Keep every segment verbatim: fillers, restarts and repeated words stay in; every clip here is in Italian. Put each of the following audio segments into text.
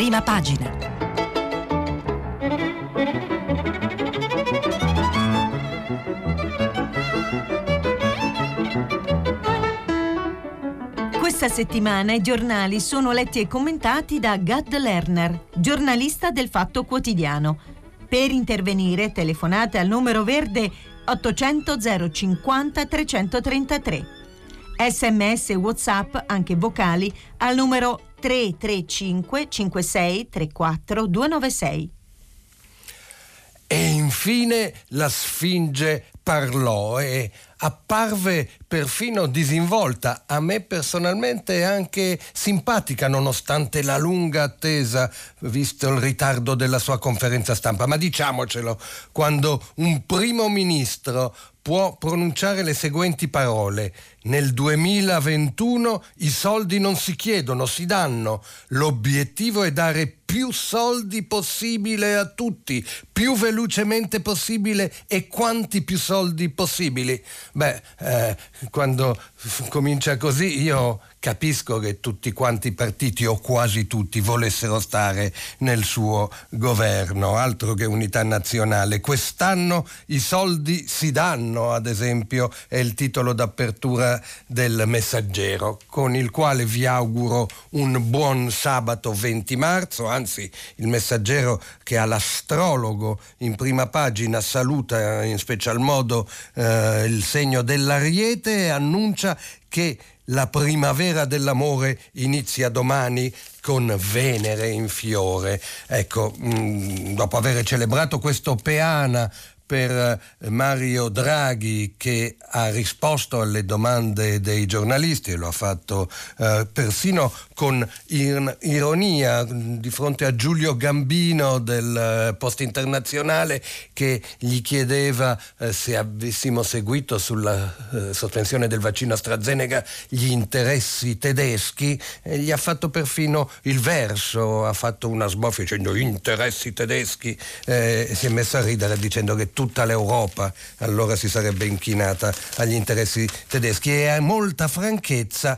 Prima pagina. Questa settimana i giornali sono letti e commentati da Gad Lerner, giornalista del Fatto Quotidiano. Per intervenire telefonate al numero verde ottocento zero cinquanta trecentotrentatré. Sms e WhatsApp, anche vocali, al numero tre tre cinque cinque sei tre quattro due nove sei. E infine la Sfinge parlò e apparve perfino disinvolta, a me personalmente anche simpatica nonostante la lunga attesa, visto il ritardo della sua conferenza stampa. Ma diciamocelo, quando un primo ministro può pronunciare le seguenti parole: nel duemilaventuno i soldi non si chiedono, si danno. L'obiettivo è dare più soldi possibile a tutti, più velocemente possibile e quanti più soldi possibili. Beh, eh, quando f- comincia così io capisco che tutti quanti i partiti, o quasi tutti, volessero stare nel suo governo, altro che unità nazionale. Quest'anno i soldi si danno, ad esempio, è il titolo d'apertura del Messaggero, con il quale vi auguro un buon sabato venti marzo. Anzi, il Messaggero, che ha l'astrologo in prima pagina, saluta in special modo eh, il segno dell'Ariete e annuncia che la primavera dell'amore inizia domani con Venere in fiore. Ecco, mh, dopo aver celebrato questo Peana per Mario Draghi, che ha risposto alle domande dei giornalisti e lo ha fatto eh, persino con ir- ironia di fronte a Giulio Gambino del Post Internazionale, che gli chiedeva eh, se avessimo seguito sulla eh, sospensione del vaccino AstraZeneca gli interessi tedeschi, e gli ha fatto perfino il verso, ha fatto una sboffia dicendo interessi tedeschi, eh, e si è messo a ridere dicendo che tutta l'Europa allora si sarebbe inchinata agli interessi tedeschi, e a molta franchezza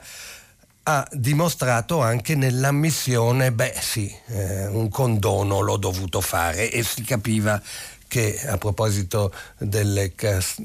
ha dimostrato anche nell'ammissione, beh sì, eh, un condono l'ho dovuto fare, e si capiva che a proposito delle cas-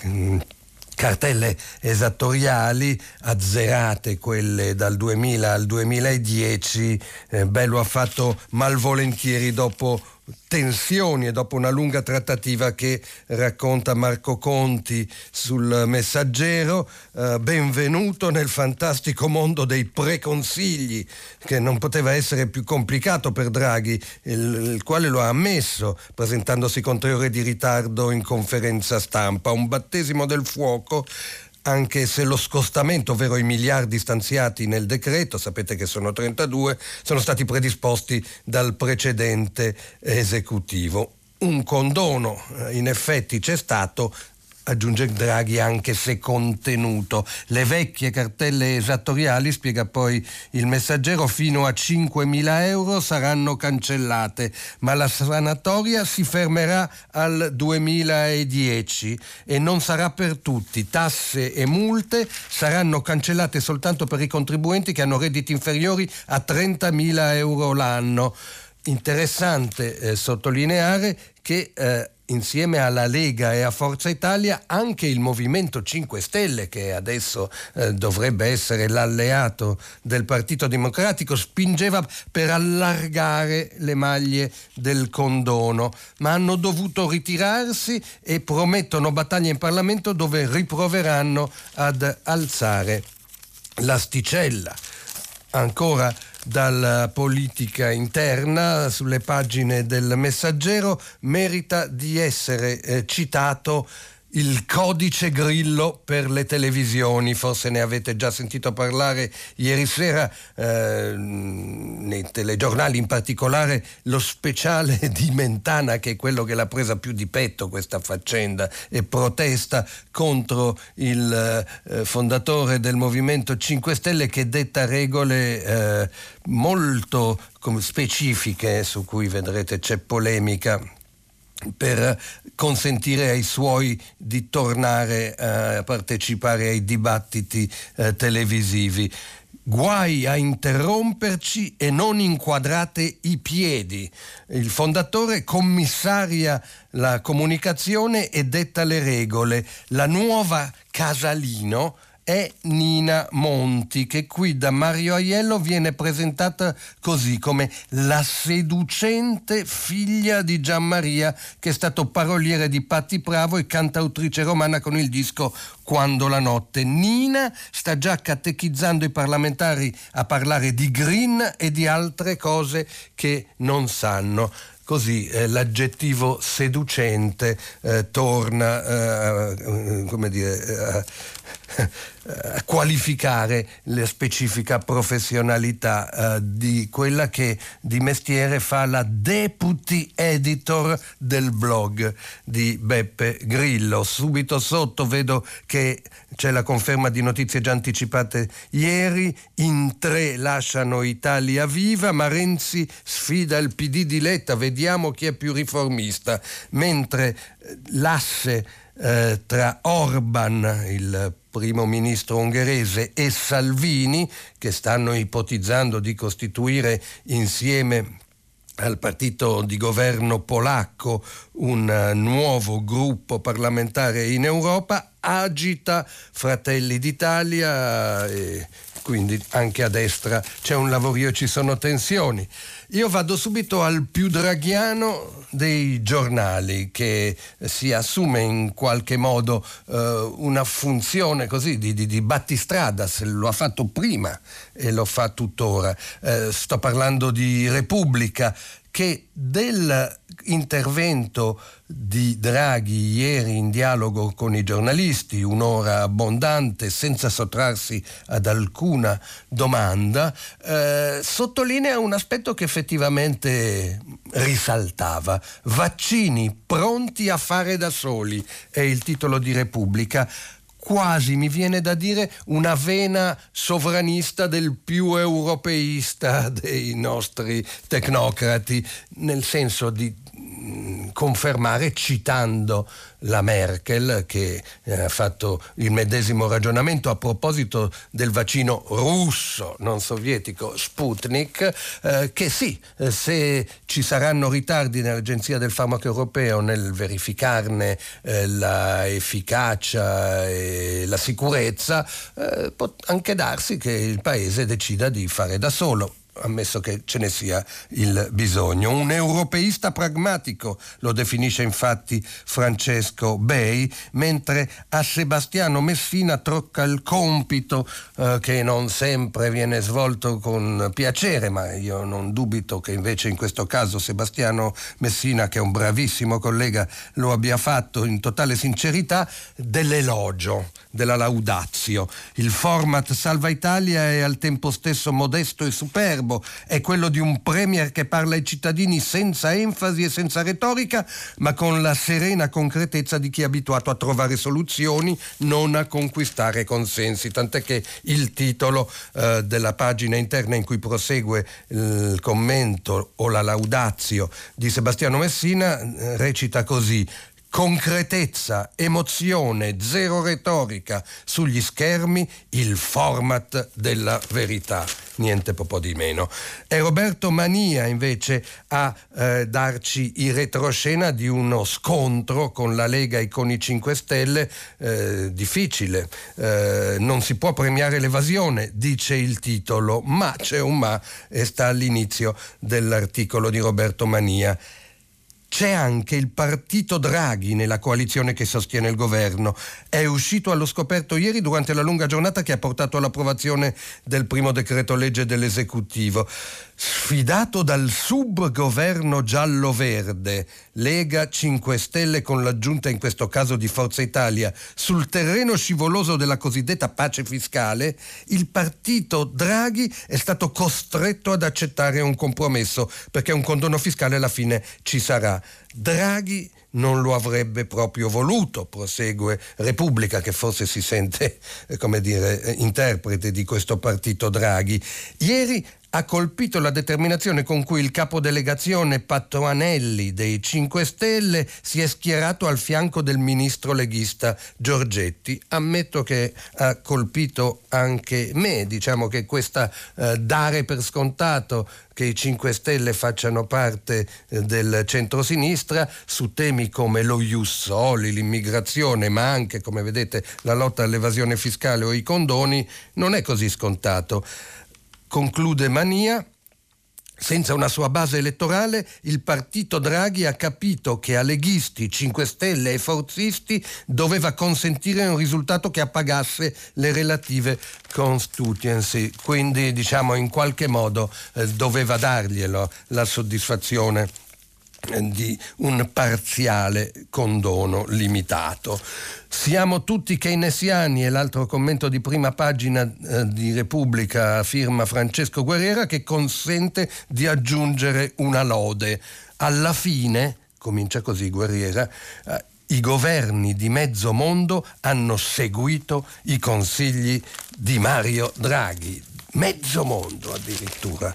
cartelle esattoriali azzerate, quelle dal duemila al duemiladieci, eh, beh, lo ha fatto malvolentieri dopo tensioni e dopo una lunga trattativa che racconta Marco Conti sul Messaggero. Eh, benvenuto nel fantastico mondo dei preconsigli, che non poteva essere più complicato per Draghi, il, il quale lo ha ammesso presentandosi con tre ore di ritardo in conferenza stampa. Un battesimo del fuoco, anche se lo scostamento, ovvero i miliardi stanziati nel decreto, sapete che sono trentadue, sono stati predisposti dal precedente esecutivo. Un condono in effetti c'è stato, aggiunge Draghi, anche se contenuto. Le vecchie cartelle esattoriali, spiega poi il Messaggero, fino a cinquemila euro saranno cancellate, ma la sanatoria si fermerà al duemiladieci e non sarà per tutti. Tasse e multe saranno cancellate soltanto per i contribuenti che hanno redditi inferiori a trentamila euro l'anno. Interessante eh, sottolineare che eh, insieme alla Lega e a Forza Italia anche il Movimento cinque Stelle, che adesso eh, dovrebbe essere l'alleato del Partito Democratico, spingeva per allargare le maglie del condono, ma hanno dovuto ritirarsi e promettono battaglie in Parlamento dove riproveranno ad alzare l'asticella. Ancora dalla politica interna, sulle pagine del Messaggero, merita di essere eh, citato il codice Grillo per le televisioni. Forse ne avete già sentito parlare ieri sera, eh, nei telegiornali, in particolare lo speciale di Mentana, che è quello che l'ha presa più di petto questa faccenda e protesta contro il eh, fondatore del Movimento cinque Stelle, che detta regole eh, molto specifiche, su cui vedrete c'è polemica per consentire ai suoi di tornare a partecipare ai dibattiti eh, televisivi. Guai a interromperci e non inquadrate i piedi. Il fondatore commissaria la comunicazione e detta le regole. La nuova Casalino è Nina Monti, che qui da Mario Aiello viene presentata così, come la seducente figlia di Gianmaria, che è stato paroliere di Patti Bravo e cantautrice romana con il disco Quando la notte. Nina sta già catechizzando i parlamentari a parlare di green e di altre cose che non sanno. Così eh, l'aggettivo seducente eh, torna eh, come dire, eh, a qualificare la specifica professionalità eh, di quella che di mestiere fa la deputy editor del blog di Beppe Grillo. Subito sotto vedo che c'è la conferma di notizie già anticipate ieri. In tre lasciano Italia Viva, ma Renzi sfida il P D di Letta, vediamo chi è più riformista, mentre l'asse eh, tra Orban, il primo ministro ungherese, e Salvini, che stanno ipotizzando di costituire insieme al partito di governo polacco un nuovo gruppo parlamentare in Europa, agita Fratelli d'Italia e quindi anche a destra c'è un lavorio e ci sono tensioni. Io vado subito al più draghiano dei giornali, che si assume in qualche modo eh, una funzione così di, di, di battistrada, se lo ha fatto prima e lo fa tuttora. Eh, sto parlando di Repubblica, che dell'intervento di Draghi ieri in dialogo con i giornalisti, un'ora abbondante senza sottrarsi ad alcuna domanda, eh, sottolinea un aspetto che effettivamente risaltava. Vaccini pronti a fare da soli è il titolo di Repubblica. Quasi mi viene da dire una vena sovranista del più europeista dei nostri tecnocrati, nel senso di confermare, citando la Merkel, che eh, ha fatto il medesimo ragionamento a proposito del vaccino russo, non sovietico, Sputnik, eh, che sì, eh, se ci saranno ritardi nell'Agenzia del Farmaco Europeo nel verificarne eh, la efficacia e la sicurezza, eh, può anche darsi che il Paese decida di fare da solo, ammesso che ce ne sia il bisogno. Un europeista pragmatico lo definisce infatti Francesco Bei, mentre a Sebastiano Messina tocca il compito eh, che non sempre viene svolto con piacere, ma io non dubito che invece in questo caso Sebastiano Messina, che è un bravissimo collega, lo abbia fatto in totale sincerità, dell'elogio, della laudatio. Il format Salva Italia è al tempo stesso modesto e superbo. È quello di un premier che parla ai cittadini senza enfasi e senza retorica, ma con la serena concretezza di chi è abituato a trovare soluzioni, non a conquistare consensi. Tant'è che il titolo eh, della pagina interna in cui prosegue il commento o la laudatio di Sebastiano Messina eh, recita così: concretezza, emozione, zero retorica, sugli schermi il format della verità, niente po' di meno. È Roberto Mania invece a eh, darci il retroscena di uno scontro con la Lega e con i cinque Stelle eh, difficile. Eh, non si può premiare l'evasione, dice il titolo, ma c'è un ma e sta all'inizio dell'articolo di Roberto Mania. C'è anche il partito Draghi nella coalizione che sostiene il governo. È uscito allo scoperto ieri durante la lunga giornata che ha portato all'approvazione del primo decreto legge dell'esecutivo. Sfidato dal subgoverno giallo-verde, Lega, cinque Stelle con l'aggiunta in questo caso di Forza Italia, sul terreno scivoloso della cosiddetta pace fiscale, il partito Draghi è stato costretto ad accettare un compromesso, perché un condono fiscale alla fine ci sarà. Draghi non lo avrebbe proprio voluto, prosegue Repubblica, che forse si sente, come dire, interprete di questo partito Draghi. Ieri ha colpito la determinazione con cui il capodelegazione Patuanelli dei cinque Stelle si è schierato al fianco del ministro leghista Giorgetti. Ammetto che ha colpito anche me, diciamo che questa eh, dare per scontato che i cinque Stelle facciano parte eh, del centrosinistra su temi come lo ius soli, l'immigrazione, ma anche, come vedete, la lotta all'evasione fiscale o i condoni, non è così scontato. Conclude Mania: senza una sua base elettorale, il partito Draghi ha capito che a leghisti, cinque Stelle e forzisti doveva consentire un risultato che appagasse le relative constituency. Quindi, diciamo, in qualche modo eh, doveva darglielo la soddisfazione di un parziale condono limitato. Siamo tutti keynesiani, è l'altro commento di prima pagina eh, di Repubblica, firma Francesco Guerriera, che consente di aggiungere una lode. Alla fine, comincia così Guerriera, eh, i governi di mezzo mondo hanno seguito i consigli di Mario Draghi. Mezzo mondo addirittura.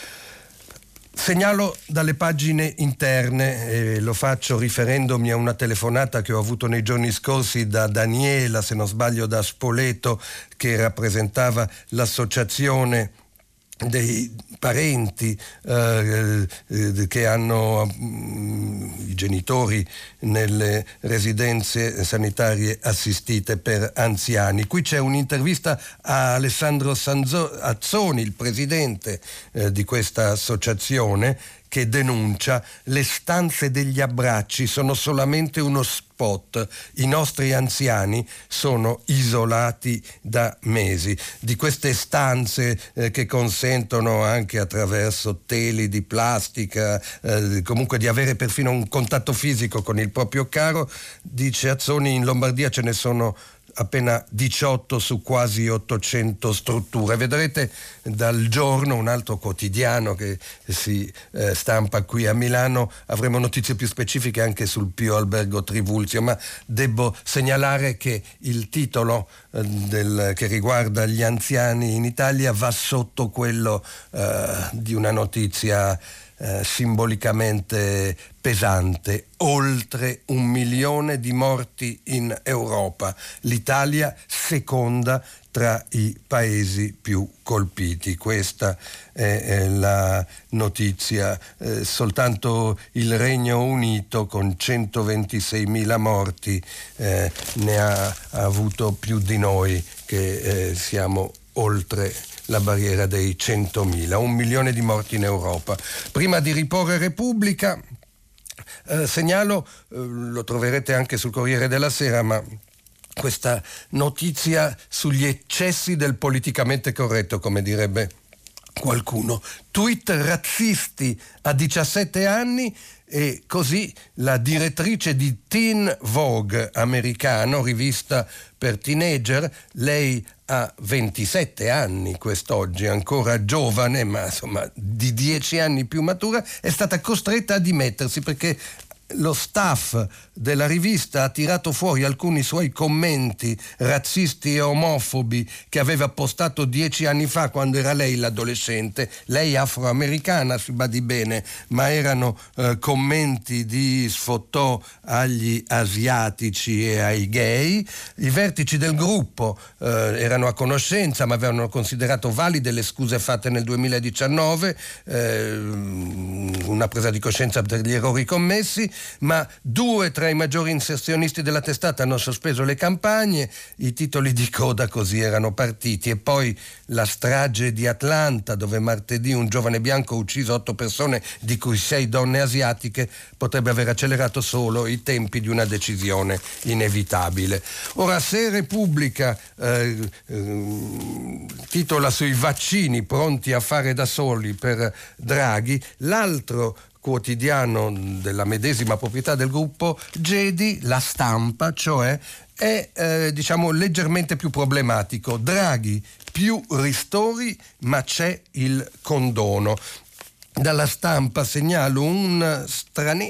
Segnalo dalle pagine interne, e lo faccio riferendomi a una telefonata che ho avuto nei giorni scorsi da Daniela, se non sbaglio da Spoleto, che rappresentava l'associazione dei parenti eh, eh, che hanno mh, i genitori nelle residenze sanitarie assistite per anziani. Qui c'è un'intervista a Alessandro Sanzo- Azzoni, il presidente eh, di questa associazione, che denuncia: le stanze degli abbracci sono solamente uno spot, i nostri anziani sono isolati da mesi. Di queste stanze eh, che consentono anche attraverso teli di plastica eh, comunque di avere perfino un contatto fisico con il proprio caro, dice Azzoni, in Lombardia ce ne sono appena diciotto su quasi ottocento strutture. Vedrete dal Giorno, un altro quotidiano che si eh, stampa qui a Milano, avremo notizie più specifiche anche sul Pio Albergo Trivulzio, ma devo segnalare che il titolo eh, del, che riguarda gli anziani in Italia va sotto quello eh, di una notizia Eh, simbolicamente pesante: oltre un milione di morti in Europa, l'Italia seconda tra i paesi più colpiti. Questa è, è la notizia. Eh, soltanto il Regno Unito, con centoventiseimila morti, eh, ne ha, ha avuto più di noi, che eh, siamo oltre la barriera dei centomila, un milione di morti in Europa. Prima di riporre Repubblica, eh, segnalo, eh, lo troverete anche sul Corriere della Sera, ma questa notizia sugli eccessi del politicamente corretto, come direbbe qualcuno. Tweet razzisti a diciassette anni, e così la direttrice di Teen Vogue americano, rivista per teenager, lei ha ventisette anni quest'oggi, ancora giovane, ma insomma di dieci anni più matura, è stata costretta a dimettersi perché lo staff della rivista ha tirato fuori alcuni suoi commenti razzisti e omofobi che aveva postato dieci anni fa, quando era lei l'adolescente, lei afroamericana, si badi bene, ma erano eh, commenti di sfottò agli asiatici e ai gay. I vertici del gruppo eh, erano a conoscenza, ma avevano considerato valide le scuse fatte nel duemiladiciannove, eh, una presa di coscienza per gli errori commessi, ma due tra i maggiori inserzionisti della testata hanno sospeso le campagne. I titoli di coda così erano partiti. E poi la strage di Atlanta, dove martedì un giovane bianco ha ucciso otto persone, di cui sei donne asiatiche, potrebbe aver accelerato solo i tempi di una decisione inevitabile. Ora, se Repubblica eh, eh, titola sui vaccini pronti a fare da soli per Draghi, l'altro quotidiano della medesima proprietà del gruppo Gedi, La Stampa, cioè, è eh, diciamo leggermente più problematico. Draghi, più ristori, ma c'è il condono. Dalla Stampa segnalo una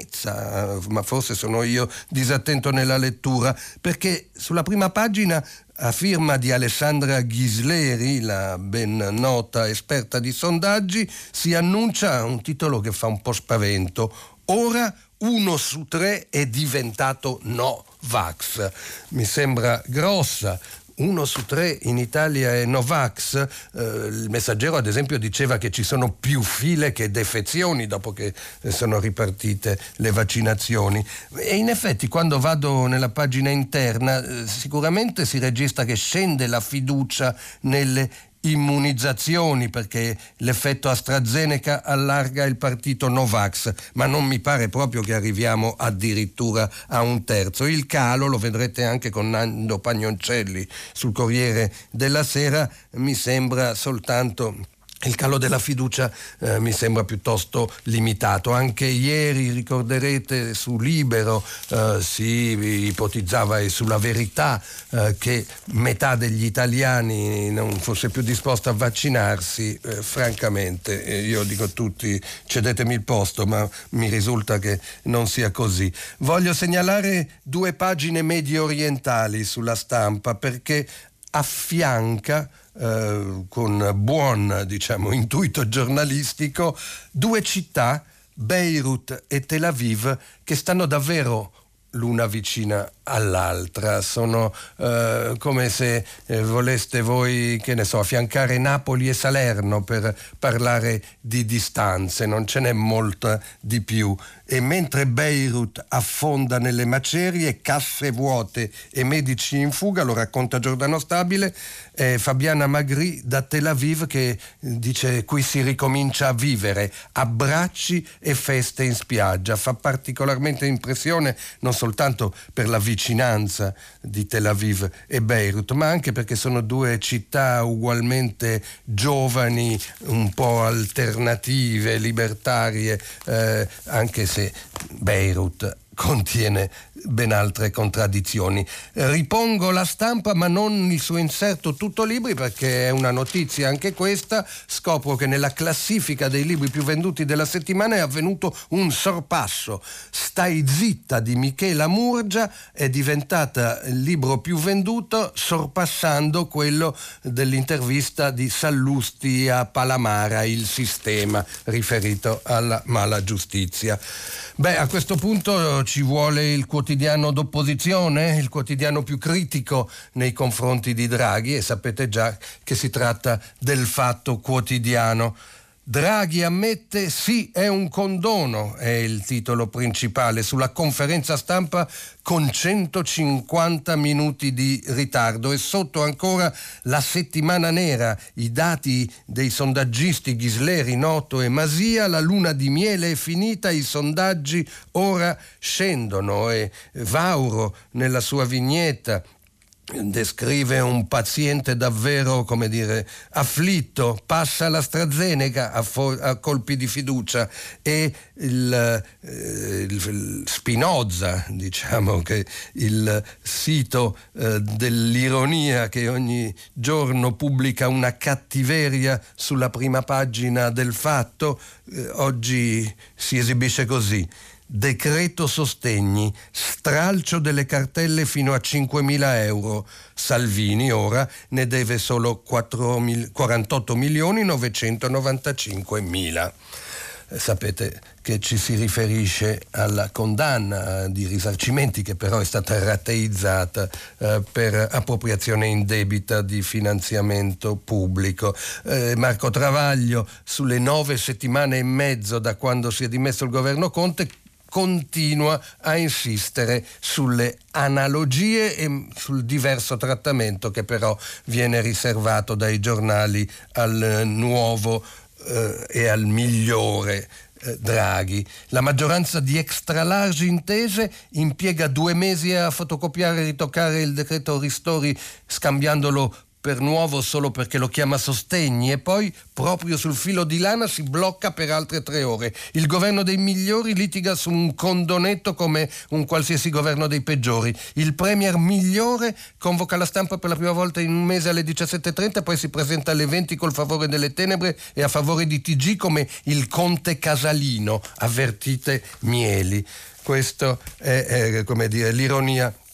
stranezza, ma forse sono io disattento nella lettura, perché sulla prima pagina a firma di Alessandra Ghisleri, la ben nota esperta di sondaggi, si annuncia un titolo che fa un po' spavento. Ora uno su tre è diventato no vax. Mi sembra grossa. Uno su tre in Italia è Novax. Eh, il Messaggero ad esempio diceva che ci sono più file che defezioni dopo che sono ripartite le vaccinazioni, e in effetti quando vado nella pagina interna eh, sicuramente si registra che scende la fiducia nelle immunizzazioni, perché l'effetto AstraZeneca allarga il partito Novax, ma non mi pare proprio che arriviamo addirittura a un terzo. Il calo, lo vedrete anche con Nando Pagnoncelli sul Corriere della Sera, mi sembra soltanto... Il calo della fiducia eh, mi sembra piuttosto limitato. Anche ieri, ricorderete, su Libero eh, si ipotizzava, e sulla Verità, eh, che metà degli italiani non fosse più disposta a vaccinarsi. Eh, francamente, eh, io dico a tutti cedetemi il posto, ma mi risulta che non sia così. Voglio segnalare due pagine medio orientali sulla Stampa, perché affianca eh, con buon, diciamo, intuito giornalistico due città, Beirut e Tel Aviv, che stanno davvero l'una vicina all'altra. Sono eh, come se eh, voleste voi, che ne so, affiancare Napoli e Salerno per parlare di distanze, non ce n'è molta di più. E mentre Beirut affonda nelle macerie, casse vuote e medici in fuga, lo racconta Giordano Stabile, eh, Fabiana Magri da Tel Aviv, che dice: qui si ricomincia a vivere, abbracci e feste in spiaggia. Fa particolarmente impressione non soltanto per la vicinanza di Tel Aviv e Beirut, ma anche perché sono due città ugualmente giovani, un po' alternative, libertarie, eh, anche se Beirut contiene ben altre contraddizioni. Ripongo la Stampa, ma non il suo inserto tutto libri, perché è una notizia anche questa. Scopro che nella classifica dei libri più venduti della settimana è avvenuto un sorpasso. Stai zitta di Michela Murgia è diventata il libro più venduto, sorpassando quello dell'intervista di Sallusti a Palamara, Il Sistema, riferito alla mala giustizia. Beh, a questo punto ci vuole il quotidiano d'opposizione, il quotidiano più critico nei confronti di Draghi, e sapete già che si tratta del Fatto Quotidiano. Draghi ammette sì, è un condono, è il titolo principale, sulla conferenza stampa con centocinquanta minuti di ritardo, e sotto ancora la settimana nera, i dati dei sondaggisti Ghisleri, Noto e Masia, la luna di miele è finita, i sondaggi ora scendono. E Vauro nella sua vignetta descrive un paziente davvero, come dire, afflitto, passa l'AstraZeneca a, fo- a colpi di fiducia, e il, eh, il, il Spinoza, diciamo che il sito eh, dell'ironia, che ogni giorno pubblica una cattiveria sulla prima pagina del Fatto, eh, oggi si esibisce così: decreto sostegni, stralcio delle cartelle fino a cinquemila euro. Salvini ora ne deve solo quarantotto milioni novecentonovantacinquemila. Sapete che ci si riferisce alla condanna di risarcimenti, che però è stata rateizzata eh, per appropriazione indebita di finanziamento pubblico. Eh, Marco Travaglio, sulle nove settimane e mezzo da quando si è dimesso il governo Conte, continua a insistere sulle analogie e sul diverso trattamento che però viene riservato dai giornali al nuovo eh, e al migliore eh, Draghi. La maggioranza di extra large intese impiega due mesi a fotocopiare e ritoccare il decreto ristori, scambiandolo per nuovo solo perché lo chiama sostegni, e poi proprio sul filo di lana si blocca per altre tre ore. Il governo dei migliori litiga su un condonetto come un qualsiasi governo dei peggiori. Il premier migliore convoca la stampa per la prima volta in un mese alle diciassette e trenta, poi si presenta alle venti col favore delle tenebre e a favore di T G come il conte casalino, avvertite Mieli. Questo è, è come dire, l'ironia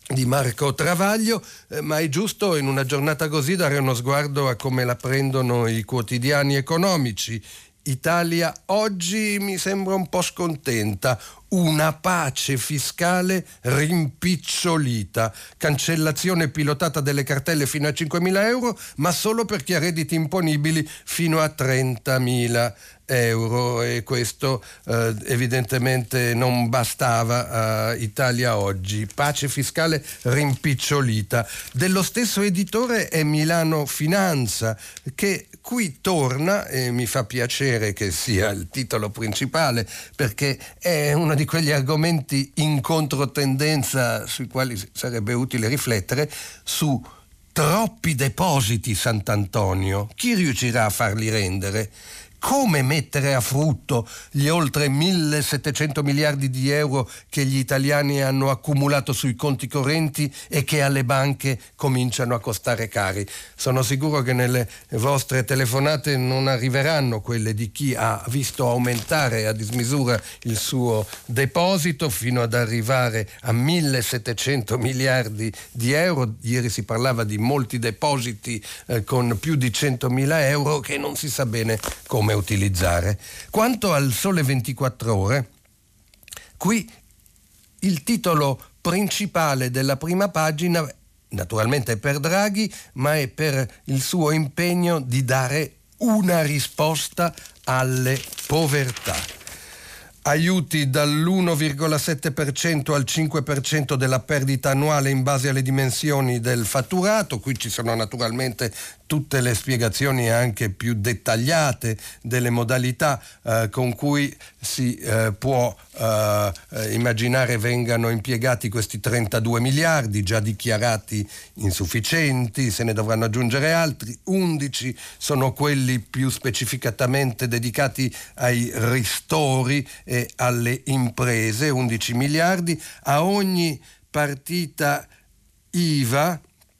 di Marco Travaglio, eh, ma è giusto in una giornata così dare uno sguardo a come la prendono i quotidiani economici. Italia Oggi mi sembra un po' scontenta. Una pace fiscale rimpicciolita, cancellazione pilotata delle cartelle fino a cinquemila euro, ma solo per chi ha redditi imponibili fino a trentamila euro, e questo eh, evidentemente non bastava a Italia Oggi. Pace fiscale rimpicciolita. Dello stesso editore è Milano Finanza, che qui torna, e mi fa piacere che sia il titolo principale, perché è uno di quegli argomenti in controtendenza sui quali sarebbe utile riflettere, su troppi depositi Sant'Antonio. Chi riuscirà a farli rendere? Come mettere a frutto gli oltre millesettecento miliardi di euro che gli italiani hanno accumulato sui conti correnti e che alle banche cominciano a costare cari? Sono sicuro che nelle vostre telefonate non arriveranno quelle di chi ha visto aumentare a dismisura il suo deposito fino ad arrivare a millesettecento miliardi di euro. Ieri si parlava di molti depositi eh, con più di centomila euro che non si sa bene come utilizzare. Quanto al Sole ventiquattro Ore, qui il titolo principale della prima pagina naturalmente è per Draghi, ma è per il suo impegno di dare una risposta alle povertà. Aiuti dall'uno virgola sette per cento al cinque per cento della perdita annuale in base alle dimensioni del fatturato. Qui ci sono naturalmente tutte le spiegazioni anche più dettagliate delle modalità eh, con cui si eh, può eh, immaginare vengano impiegati questi trentadue miliardi già dichiarati insufficienti. Se ne dovranno aggiungere altri. undici sono quelli più specificatamente dedicati ai ristori e alle imprese, undici miliardi. A ogni partita I V A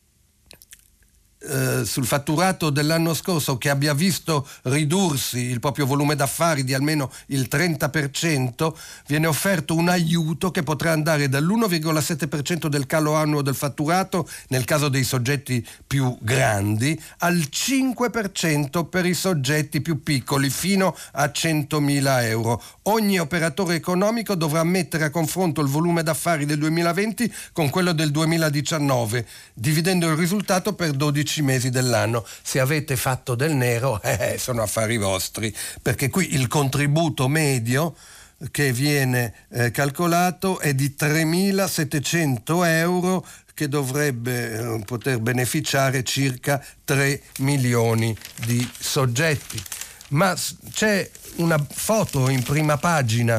Eh, sul fatturato dell'anno scorso che abbia visto ridursi il proprio volume d'affari di almeno il trenta per cento, viene offerto un aiuto che potrà andare dall'uno virgola sette per cento del calo annuo del fatturato nel caso dei soggetti più grandi al cinque per cento per i soggetti più piccoli fino a centomila euro. Ogni operatore economico dovrà mettere a confronto il volume d'affari del duemilaventi con quello del duemiladiciannove, dividendo il risultato per dodici mesi dell'anno. Se avete fatto del nero, eh, sono affari vostri, perché qui il contributo medio che viene eh, calcolato è di tremilasettecento euro, che dovrebbe eh, poter beneficiare circa tre milioni di soggetti. Ma c'è una foto in prima pagina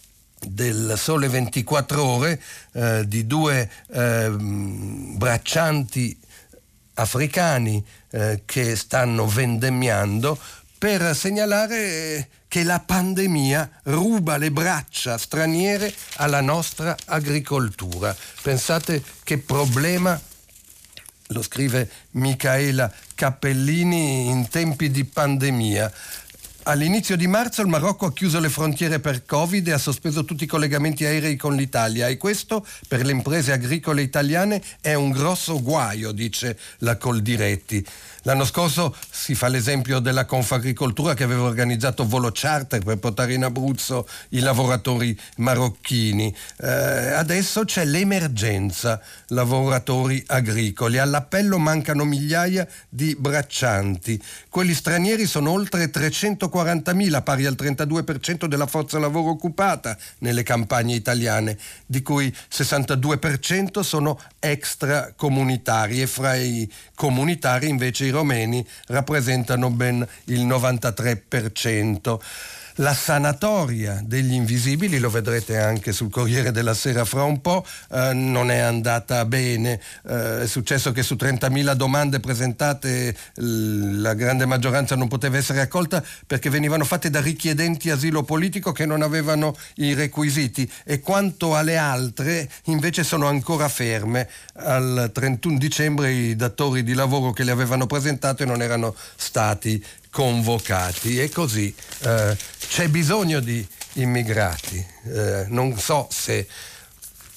del Sole ventiquattro Ore eh, di due eh, braccianti africani eh, che stanno vendemmiando per segnalare che la pandemia ruba le braccia straniere alla nostra agricoltura. Pensate che problema, lo scrive Micaela Cappellini, in tempi di pandemia. All'inizio di marzo il Marocco ha chiuso le frontiere per Covid e ha sospeso tutti i collegamenti aerei con l'Italia, e questo per le imprese agricole italiane è un grosso guaio, dice la Coldiretti. L'anno scorso si fa l'esempio della Confagricoltura, che aveva organizzato volo charter per portare in Abruzzo i lavoratori marocchini. Eh, adesso c'è l'emergenza lavoratori agricoli. All'appello mancano migliaia di braccianti. Quelli stranieri sono oltre trecentoquarantamila, pari al trentadue per cento della forza lavoro occupata nelle campagne italiane, di cui sessantadue per cento sono extracomunitari, e fra i comunitari invece i romeni rappresentano ben il novantatré per cento. La sanatoria degli invisibili, lo vedrete anche sul Corriere della Sera fra un po', eh, non è andata bene. Eh, è successo che su trentamila domande presentate l- la grande maggioranza non poteva essere accolta perché venivano fatte da richiedenti asilo politico che non avevano i requisiti, e quanto alle altre invece sono ancora ferme. Al trentuno dicembre i datori di lavoro che le avevano presentate non erano stati convocati, e così eh, c'è bisogno di immigrati. Eh, non so se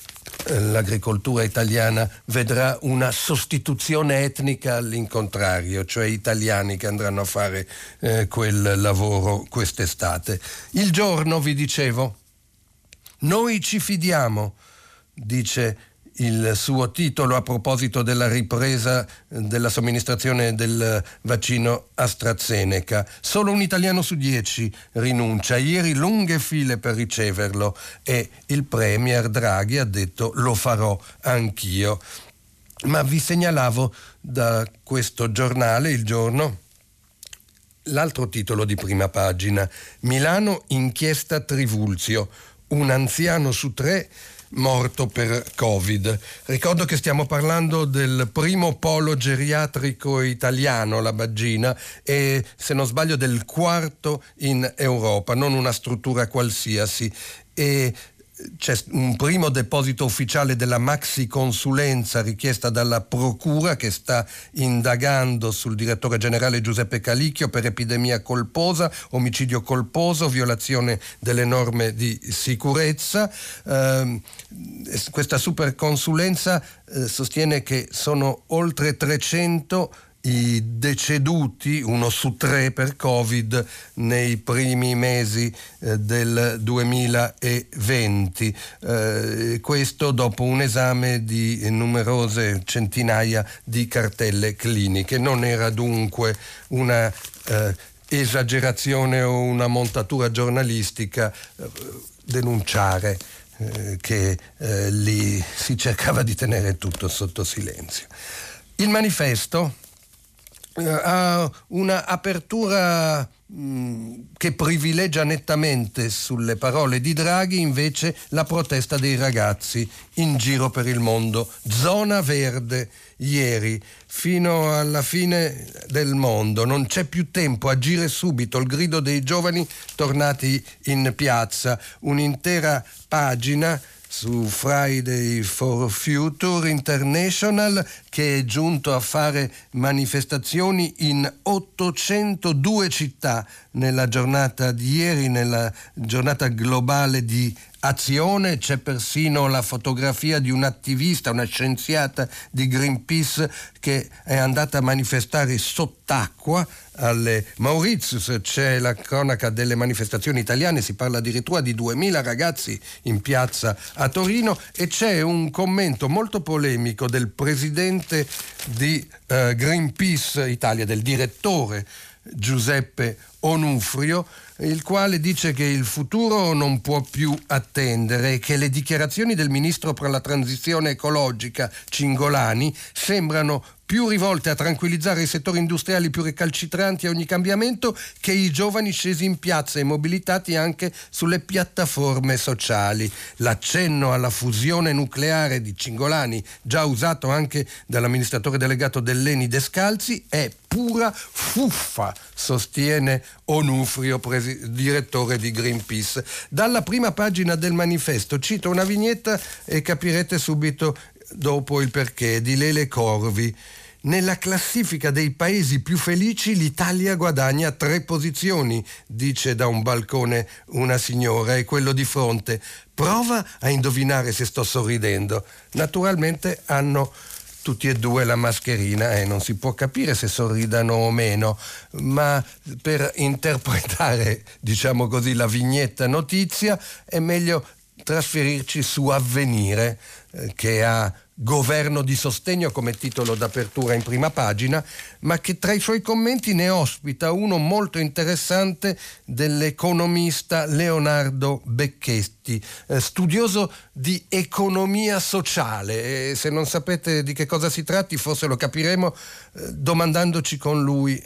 l'agricoltura italiana vedrà una sostituzione etnica all'incontrario, cioè italiani che andranno a fare eh, quel lavoro quest'estate. Il Giorno, vi dicevo, noi ci fidiamo, dice il suo titolo a proposito della ripresa della somministrazione del vaccino AstraZeneca. Solo un italiano su dieci rinuncia. Ieri lunghe file per riceverlo e il premier Draghi ha detto lo farò anch'io. Ma vi segnalavo da questo giornale, Il Giorno, l'altro titolo di prima pagina: Milano, inchiesta Trivulzio, un anziano su tre morto per Covid. Ricordo che stiamo parlando del primo polo geriatrico italiano, la Baggina, e se non sbaglio del quarto in Europa, non una struttura qualsiasi. E c'è un primo deposito ufficiale della maxi consulenza richiesta dalla procura, che sta indagando sul direttore generale Giuseppe Calicchio per epidemia colposa, omicidio colposo, violazione delle norme di sicurezza. Eh, questa super consulenza eh, sostiene che sono oltre trecento i deceduti, uno su tre per Covid, nei primi mesi eh, del duemilaventi. Eh, questo dopo un esame di numerose centinaia di cartelle cliniche. Non era dunque una eh, esagerazione o una montatura giornalistica eh, denunciare eh, che eh, lì si cercava di tenere tutto sotto silenzio. Il Manifesto ha una apertura mh, che privilegia nettamente sulle parole di Draghi invece la protesta dei ragazzi in giro per il mondo. Zona verde ieri, fino alla fine del mondo, non c'è più tempo, agire subito, il grido dei giovani tornati in piazza. Un'intera pagina su Friday for Future International, che è giunto a fare manifestazioni in ottocentodue città nella giornata di ieri, nella giornata globale di azione. C'è persino la fotografia di un'attivista, una scienziata di Greenpeace, che è andata a manifestare sott'acqua alle Mauritius. C'è la cronaca delle manifestazioni italiane, si parla addirittura di duemila ragazzi in piazza a Torino, e c'è un commento molto polemico del presidente di uh, Greenpeace Italia, del direttore Giuseppe Onufrio, il quale dice che il futuro non può più attendere e che le dichiarazioni del ministro per la transizione ecologica Cingolani sembrano più rivolte a tranquillizzare i settori industriali più recalcitranti a ogni cambiamento che i giovani scesi in piazza e mobilitati anche sulle piattaforme sociali. L'accenno alla fusione nucleare di Cingolani, già usato anche dall'amministratore delegato dell'Eni Descalzi, è pura fuffa, sostiene Onufrio, presi- direttore di Greenpeace. Dalla prima pagina del Manifesto cito una vignetta e capirete subito dopo il perché, di Lele Corvi. Nella classifica dei paesi più felici l'Italia guadagna tre posizioni, dice da un balcone una signora, e quello di fronte: prova a indovinare se sto sorridendo. Naturalmente hanno tutti e due la mascherina e non si può capire se sorridano o meno, ma per interpretare, diciamo così, la vignetta notizia è meglio trasferirci su Avvenire, eh, che ha Governo di sostegno come titolo d'apertura in prima pagina, ma che tra i suoi commenti ne ospita uno molto interessante dell'economista Leonardo Becchetti, eh, studioso di economia sociale. E se non sapete di che cosa si tratti, forse lo capiremo eh, domandandoci con lui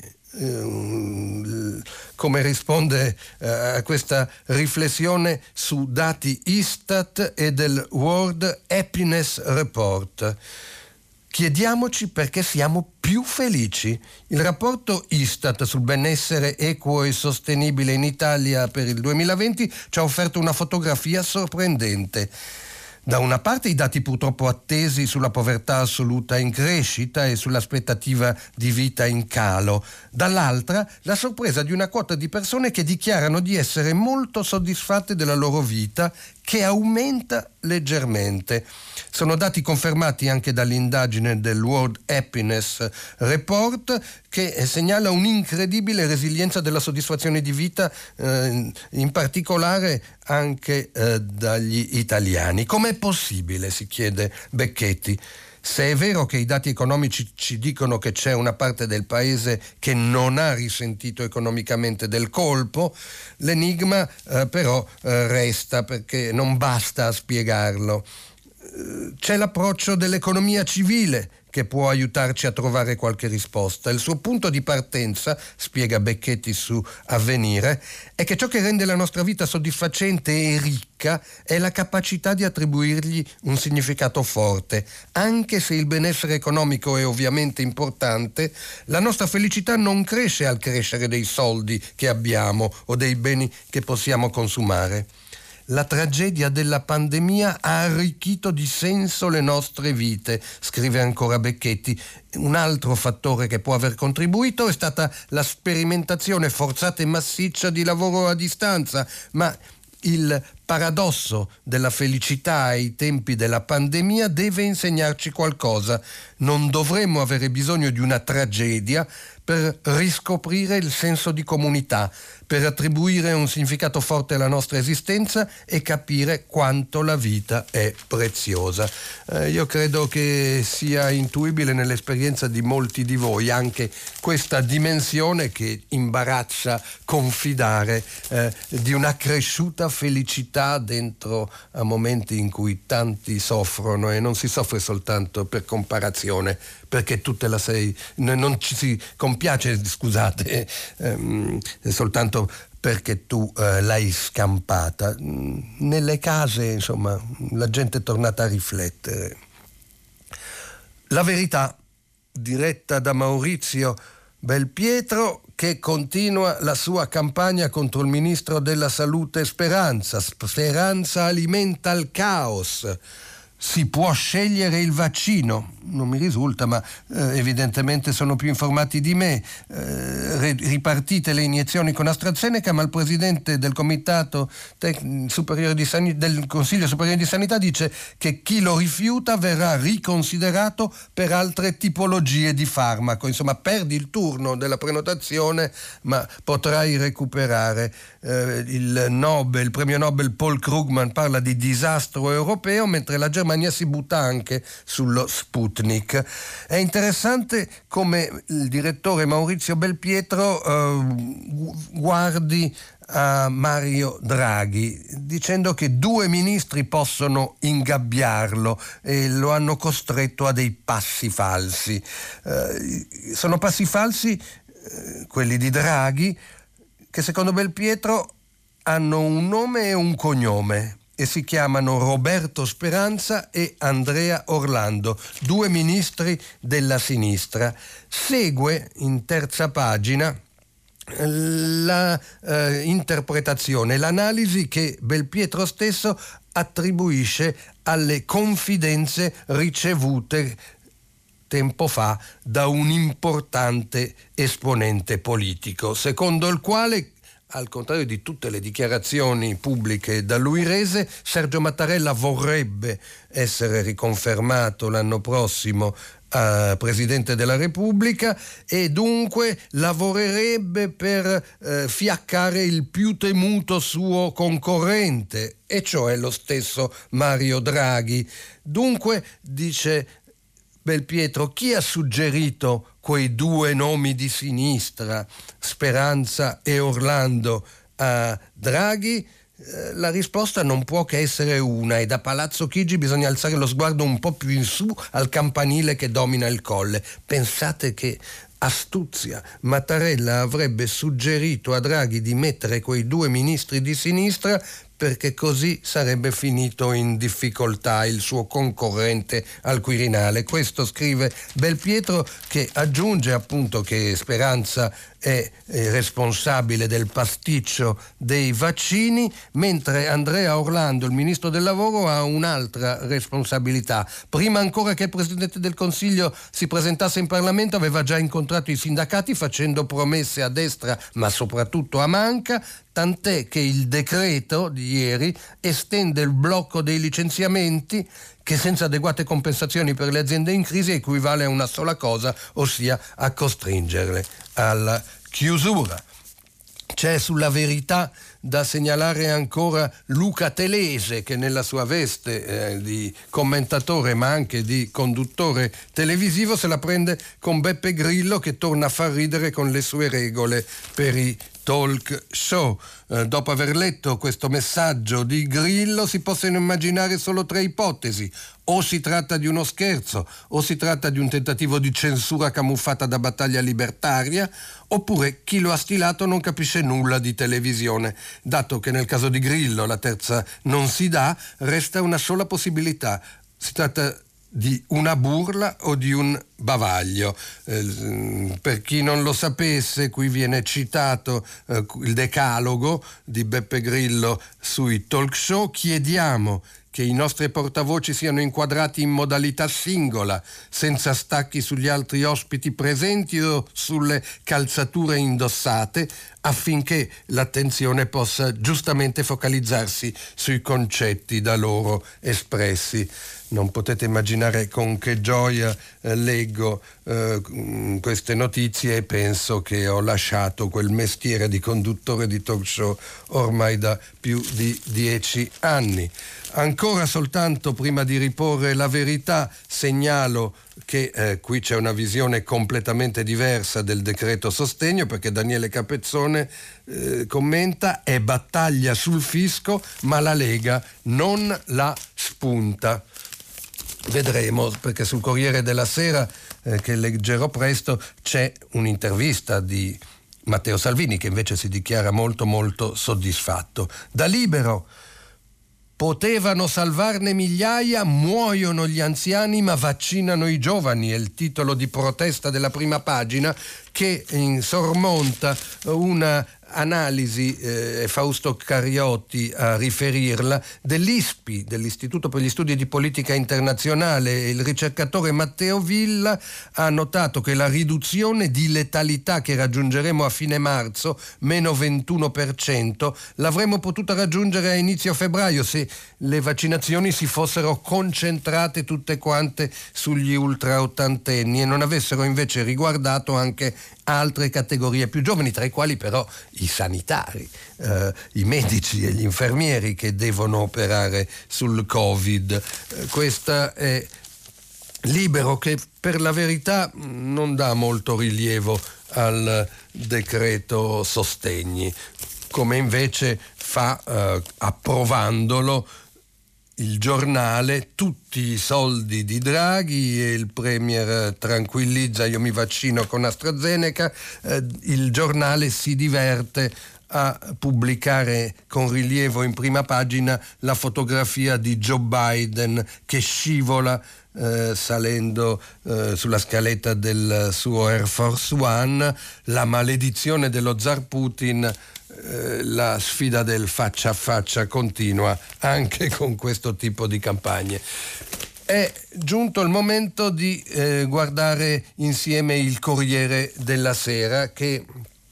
come risponde uh, a questa riflessione su dati Istat e del World Happiness Report. Chiediamoci perché siamo più felici. Il rapporto Istat sul benessere equo e sostenibile in Italia per il duemilaventi ci ha offerto una fotografia sorprendente. Da una parte i dati purtroppo attesi sulla povertà assoluta in crescita e sull'aspettativa di vita in calo, dall'altra la sorpresa di una quota di persone che dichiarano di essere molto soddisfatte della loro vita, che aumenta leggermente. Sono dati confermati anche dall'indagine del World Happiness Report, che segnala un'incredibile resilienza della soddisfazione di vita, eh, in particolare anche eh, dagli italiani. Com'è possibile, si chiede Becchetti? Se è vero che i dati economici ci dicono che c'è una parte del paese che non ha risentito economicamente del colpo, l'enigma eh, però eh, resta, perché non basta a spiegarlo. Eh, c'è l'approccio dell'economia civile che può aiutarci a trovare qualche risposta. Il suo punto di partenza, spiega Becchetti su Avvenire, è che ciò che rende la nostra vita soddisfacente e ricca è la capacità di attribuirgli un significato forte. Anche se il benessere economico è ovviamente importante, la nostra felicità non cresce al crescere dei soldi che abbiamo o dei beni che possiamo consumare. La tragedia della pandemia ha arricchito di senso le nostre vite, scrive ancora Becchetti. Un altro fattore che può aver contribuito è stata la sperimentazione forzata e massiccia di lavoro a distanza, ma il paradosso della felicità ai tempi della pandemia deve insegnarci qualcosa. Non dovremmo avere bisogno di una tragedia per riscoprire il senso di comunità, per attribuire un significato forte alla nostra esistenza e capire quanto la vita è preziosa. Eh, io credo che sia intuibile nell'esperienza di molti di voi anche questa dimensione che imbarazza confidare, eh, di una cresciuta felicità dentro a momenti in cui tanti soffrono, e non si soffre soltanto per comparazione, perché tu te la sei, non ci si compiace, scusate, ehm, soltanto perché tu eh, l'hai scampata. Nelle case, insomma, la gente è tornata a riflettere. La Verità, diretta da Maurizio Belpietro, che continua la sua campagna contro il ministro della Salute Speranza. Speranza alimenta il caos. Si può scegliere il vaccino? Non mi risulta, ma eh, evidentemente sono più informati di me. Eh, ripartite le iniezioni con AstraZeneca, ma il presidente del Comitato Tec- Superiore di San- del Consiglio Superiore di Sanità dice che chi lo rifiuta verrà riconsiderato per altre tipologie di farmaco. Insomma, perdi il turno della prenotazione, ma potrai recuperare. Eh, il Nobel, il premio Nobel Paul Krugman parla di disastro europeo, mentre la Germania si butta anche sullo Sputnik. È interessante come il direttore Maurizio Belpietro eh, guardi a Mario Draghi dicendo che due ministri possono ingabbiarlo e lo hanno costretto a dei passi falsi. Eh, sono passi falsi eh, quelli di Draghi, che secondo Belpietro hanno un nome e un cognome e si chiamano Roberto Speranza e Andrea Orlando, due ministri della sinistra. Segue in terza pagina la eh, interpretazione, l'analisi che Belpietro stesso attribuisce alle confidenze ricevute tempo fa da un importante esponente politico, secondo il quale, al contrario di tutte le dichiarazioni pubbliche da lui rese, Sergio Mattarella vorrebbe essere riconfermato l'anno prossimo Uh, Presidente della Repubblica e dunque lavorerebbe per uh, fiaccare il più temuto suo concorrente, e cioè lo stesso Mario Draghi. Dunque, dice Belpietro, chi ha suggerito quei due nomi di sinistra, Speranza e Orlando, a Draghi? La risposta non può che essere una, e da Palazzo Chigi bisogna alzare lo sguardo un po' più in su al campanile che domina il colle. Pensate che astuzia! Mattarella avrebbe suggerito a Draghi di mettere quei due ministri di sinistra perché così sarebbe finito in difficoltà il suo concorrente al Quirinale. Questo scrive Belpietro, che aggiunge appunto che Speranza è responsabile del pasticcio dei vaccini, mentre Andrea Orlando, il ministro del lavoro, ha un'altra responsabilità. Prima ancora che il Presidente del Consiglio si presentasse in Parlamento aveva già incontrato i sindacati facendo promesse a destra ma soprattutto a manca tant'è che il decreto di ieri estende il blocco dei licenziamenti che senza adeguate compensazioni per le aziende in crisi equivale a una sola cosa, ossia a costringerle alla chiusura. C'è sulla Verità da segnalare ancora Luca Telese, che nella sua veste eh, di commentatore ma anche di conduttore televisivo se la prende con Beppe Grillo, che torna a far ridere con le sue regole per i talk show. Eh, dopo aver letto questo messaggio di Grillo si possono immaginare solo tre ipotesi: o si tratta di uno scherzo, o si tratta di un tentativo di censura camuffata da battaglia libertaria, oppure chi lo ha stilato non capisce nulla di televisione. Dato che nel caso di Grillo la terza non si dà, resta una sola possibilità: si tratta di una burla o di un bavaglio. Eh, per chi non lo sapesse, qui viene citato eh, il decalogo di Beppe Grillo sui talk show. Chiediamo che i nostri portavoci siano inquadrati in modalità singola, senza stacchi sugli altri ospiti presenti o sulle calzature indossate, affinché l'attenzione possa giustamente focalizzarsi sui concetti da loro espressi. Non potete immaginare con che gioia eh, leggo eh, queste notizie e penso che ho lasciato quel mestiere di conduttore di talk show ormai da più di dieci anni. Ancora soltanto prima di riporre la verità segnalo che eh, qui c'è una visione completamente diversa del decreto sostegno, perché Daniele Capezzone eh, commenta: è battaglia sul fisco ma la Lega non la spunta. Vedremo, perché sul Corriere della Sera eh, che leggerò presto c'è un'intervista di Matteo Salvini, che invece si dichiara molto molto soddisfatto. Da Libero: potevano salvarne migliaia, muoiono gli anziani ma vaccinano i giovani, è il titolo di protesta della prima pagina, che sormonta una analisi, eh, Fausto Cariotti a riferirla, dell'I S P I, dell'Istituto per gli Studi di Politica Internazionale. Il ricercatore Matteo Villa ha notato che la riduzione di letalità che raggiungeremo a fine marzo, meno ventuno per cento, l'avremmo potuta raggiungere a inizio febbraio se le vaccinazioni si fossero concentrate tutte quante sugli ultraottantenni e non avessero invece riguardato anche altre categorie più giovani, tra i quali però i sanitari, eh, i medici e gli infermieri che devono operare sul Covid. Eh, questa è Libero, che per la verità non dà molto rilievo al decreto sostegni, come invece fa eh, approvandolo Il Giornale. Tutti i soldi di Draghi e il Premier tranquillizza: io mi vaccino con AstraZeneca. Eh, il Giornale si diverte a pubblicare con rilievo in prima pagina la fotografia di Joe Biden che scivola eh, salendo eh, sulla scaletta del suo Air Force One. La maledizione dello zar Putin. La sfida del faccia a faccia continua anche con questo tipo di campagne. È giunto il momento di eh, guardare insieme il Corriere della Sera, che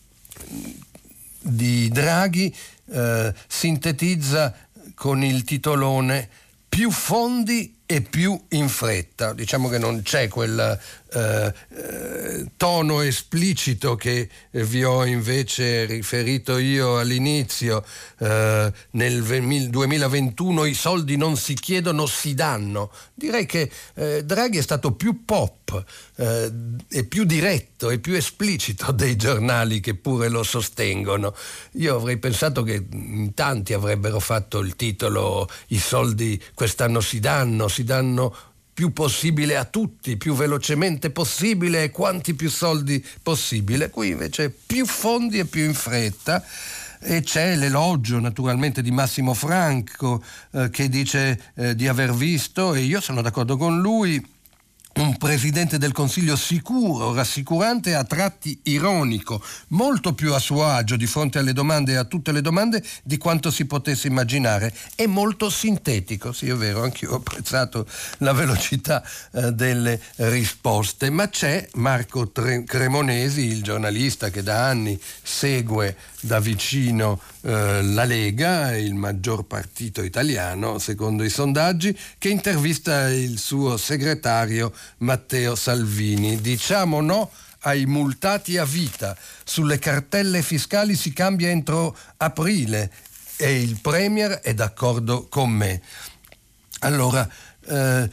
di Draghi eh, sintetizza con il titolone: più fondi e più in fretta. Diciamo che non c'è quel eh, eh, tono esplicito che vi ho invece riferito io all'inizio. Eh, nel duemilaventuno i soldi non si chiedono, si danno. Direi che eh, Draghi è stato più pop eh, e più diretto e più esplicito dei giornali che pure lo sostengono. Io avrei pensato che in tanti avrebbero fatto il titolo: i soldi quest'anno si danno, si danno più possibile a tutti, più velocemente possibile e quanti più soldi possibile. Qui invece più fondi e più in fretta. E c'è l'elogio naturalmente di Massimo Franco eh, che dice eh, di aver visto, e io sono d'accordo con lui, un presidente del Consiglio sicuro, rassicurante e a tratti ironico, molto più a suo agio di fronte alle domande e a tutte le domande di quanto si potesse immaginare, e molto sintetico. Sì, è vero, anch'io ho apprezzato la velocità eh, delle risposte. Ma c'è Marco Tre- Cremonesi, il giornalista che da anni segue da vicino eh, la Lega, il maggior partito italiano secondo i sondaggi, che intervista il suo segretario Matteo Salvini. Diciamo no ai multati a vita, sulle cartelle fiscali si cambia entro aprile e il Premier è d'accordo con me. Allora, eh,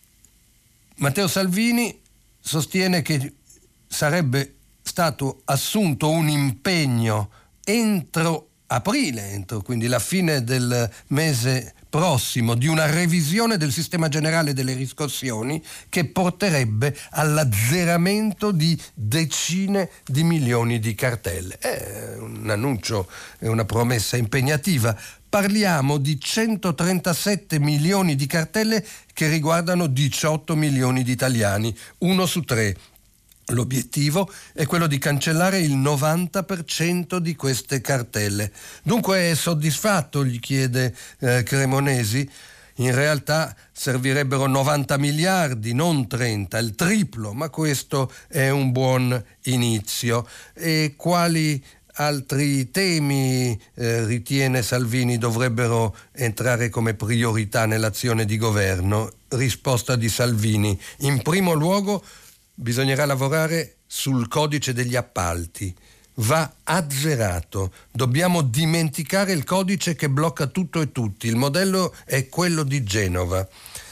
Matteo Salvini sostiene che sarebbe stato assunto un impegno entro aprile, entro quindi la fine del mese prossimo, di una revisione del sistema generale delle riscossioni che porterebbe all'azzeramento di decine di milioni di cartelle. È un annuncio, è una promessa impegnativa. Parliamo di centotrentasette milioni di cartelle che riguardano diciotto milioni di italiani, uno su tre. L'obiettivo è quello di cancellare il novanta per cento di queste cartelle. Dunque è soddisfatto, gli chiede eh, Cremonesi? In realtà servirebbero novanta miliardi, non trenta, il triplo, ma questo è un buon inizio. E quali altri temi eh, ritiene Salvini dovrebbero entrare come priorità nell'azione di governo? Risposta di Salvini: in primo luogo bisognerà lavorare sul codice degli appalti. Va azzerato. Dobbiamo dimenticare il codice che blocca tutto e tutti. Il modello è quello di Genova.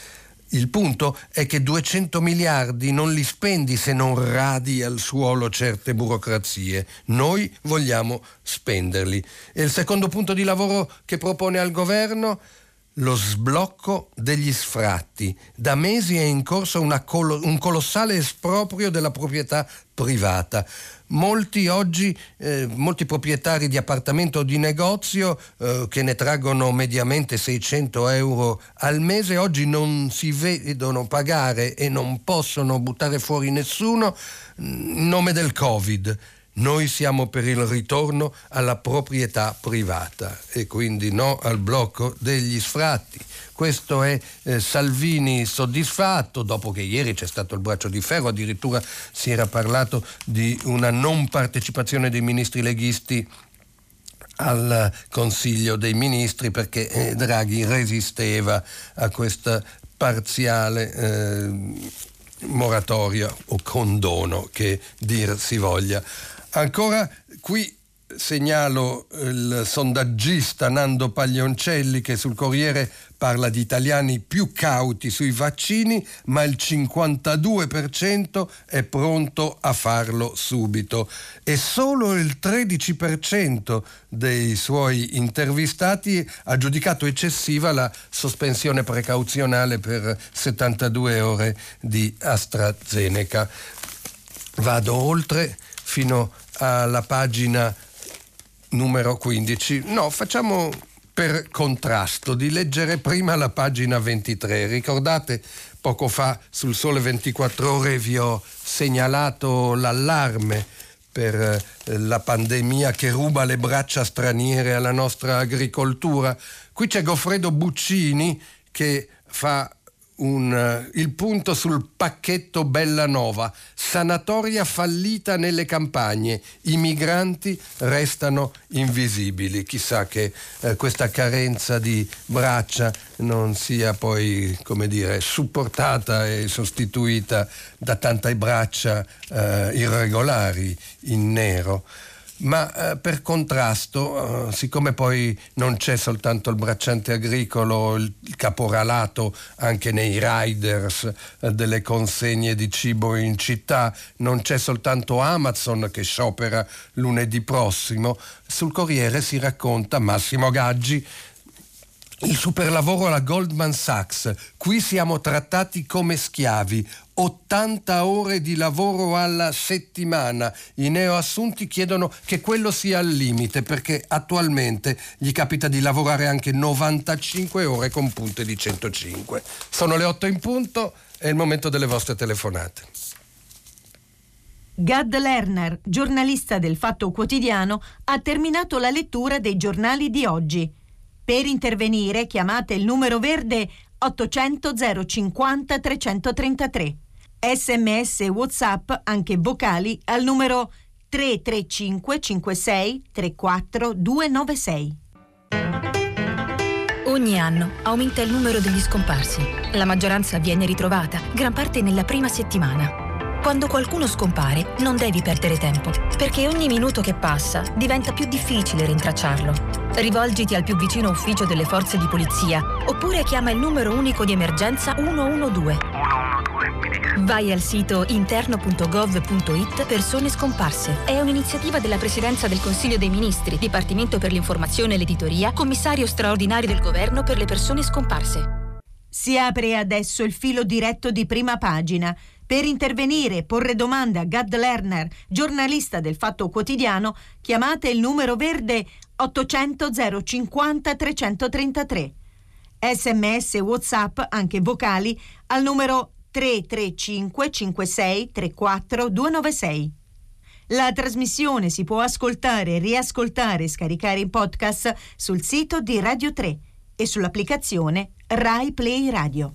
Il punto è che duecento miliardi non li spendi se non radi al suolo certe burocrazie. Noi vogliamo spenderli. E il secondo punto di lavoro che propone al governo? Lo sblocco degli sfratti. Da mesi è in corso una colo- un colossale esproprio della proprietà privata. Molti oggi, eh, molti proprietari di appartamento o di negozio eh, che ne traggono mediamente seicento euro al mese oggi non si vedono pagare e non possono buttare fuori nessuno in nome del Covid. Noi siamo per il ritorno alla proprietà privata e quindi no al blocco degli sfratti. Questo è eh, Salvini soddisfatto, dopo che ieri c'è stato il braccio di ferro, addirittura si era parlato di una non partecipazione dei ministri leghisti al Consiglio dei Ministri perché eh, Draghi resisteva a questa parziale eh, moratoria o condono, che dir si voglia. Ancora qui segnalo il sondaggista Nando Paglioncelli che sul Corriere parla di italiani più cauti sui vaccini, ma il cinquantadue per cento è pronto a farlo subito e solo il tredici per cento dei suoi intervistati ha giudicato eccessiva la sospensione precauzionale per settantadue ore di AstraZeneca. Vado oltre fino alla pagina numero quindici. No, facciamo per contrasto di leggere prima la pagina ventitré. Ricordate, poco fa sul Sole ventiquattro Ore vi ho segnalato l'allarme per la pandemia che ruba le braccia straniere alla nostra agricoltura. Qui c'è Goffredo Buccini che fa Un, il punto sul pacchetto Bellanova, sanatoria fallita nelle campagne, i migranti restano invisibili. Chissà che eh, questa carenza di braccia non sia poi, come dire, supportata e sostituita da tante braccia eh, irregolari in nero. Ma eh, per contrasto, eh, siccome poi non c'è soltanto il bracciante agricolo, il, il caporalato anche nei riders eh, delle consegne di cibo in città, non c'è soltanto Amazon che sciopera lunedì prossimo, sul Corriere si racconta Massimo Gaggi, il superlavoro alla Goldman Sachs. Qui siamo trattati come schiavi. ottanta ore di lavoro alla settimana. I neoassunti chiedono che quello sia al limite perché attualmente gli capita di lavorare anche novantacinque ore con punte di centocinque. Sono le otto in punto, è il momento delle vostre telefonate. Gad Lerner, giornalista del Fatto Quotidiano, ha terminato la lettura dei giornali di oggi. Per intervenire chiamate il numero verde ottocento zero cinquanta trecentotrentatré. S M S e WhatsApp, anche vocali, al numero tre tre cinque cinque sei tre quattro due nove sei. Ogni anno aumenta il numero degli scomparsi. La maggioranza viene ritrovata, gran parte nella prima settimana. Quando qualcuno scompare, non devi perdere tempo, perché ogni minuto che passa diventa più difficile rintracciarlo. Rivolgiti al più vicino ufficio delle forze di polizia, oppure chiama il numero unico di emergenza uno uno due. Vai al sito interno punto gov punto it Persone scomparse. È un'iniziativa della Presidenza del Consiglio dei Ministri, Dipartimento per l'informazione e l'editoria, Commissario straordinario del Governo per le persone scomparse. Si apre adesso il filo diretto di Prima Pagina. Per intervenire e porre domande a Gad Lerner, giornalista del Fatto Quotidiano, chiamate il numero verde ottocento zero cinquanta trecentotrentatré. Sms e WhatsApp, anche vocali, al numero tre tre cinque cinque sei tre quattro due nove sei. La trasmissione si può ascoltare, riascoltare e scaricare in podcast sul sito di Radio tre e sull'applicazione Rai Play Radio.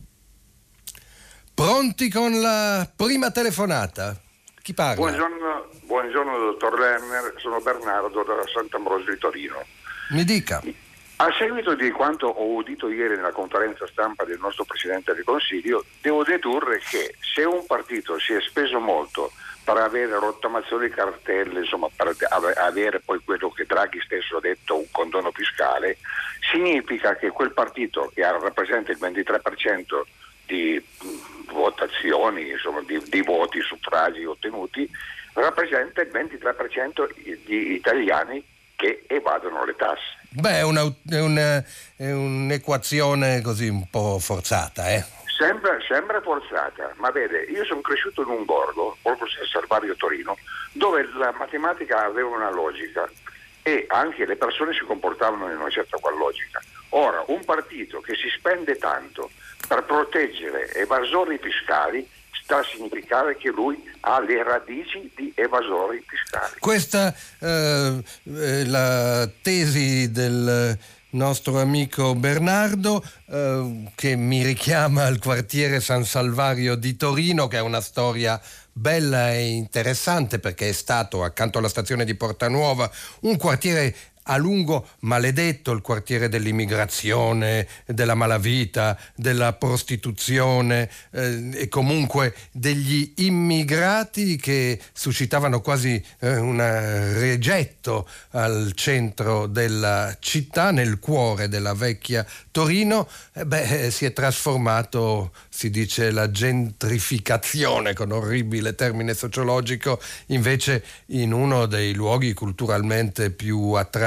Pronti con la prima telefonata? Chi parla? Buongiorno, buongiorno dottor Lerner, sono Bernardo da Sant'Ambrogio di Torino. Mi dica. A seguito di quanto ho udito ieri nella conferenza stampa del nostro Presidente del Consiglio, devo dedurre che se un partito si è speso molto per avere rottamazione di cartelle, insomma per avere poi quello che Draghi stesso ha detto, un condono fiscale, significa che quel partito che rappresenta il ventitré per cento di votazioni, insomma di, di voti, suffragi ottenuti, rappresenta il ventitré per cento di italiani che evadono le tasse. Beh, è, una, è, una, è un'equazione così un po' forzata, eh? Sembra, sembra forzata, ma vede, io sono cresciuto in un borgo, Borgo San Salvario Torino, dove la matematica aveva una logica e anche le persone si comportavano in una certa qual logica. Ora, un partito che si spende tanto per proteggere evasori fiscali sta a significare che lui ha le radici di evasori fiscali. Questa eh, è la tesi del nostro amico Bernardo, eh, che mi richiama al quartiere San Salvario di Torino, che è una storia bella e interessante perché è stato, accanto alla stazione di Porta Nuova, un quartiere a lungo maledetto, il quartiere dell'immigrazione, della malavita, della prostituzione eh, e comunque degli immigrati che suscitavano quasi eh, un rigetto al centro della città, nel cuore della vecchia Torino. Eh beh, si è trasformato, si dice, la gentrificazione, con orribile termine sociologico, invece in uno dei luoghi culturalmente più attraenti,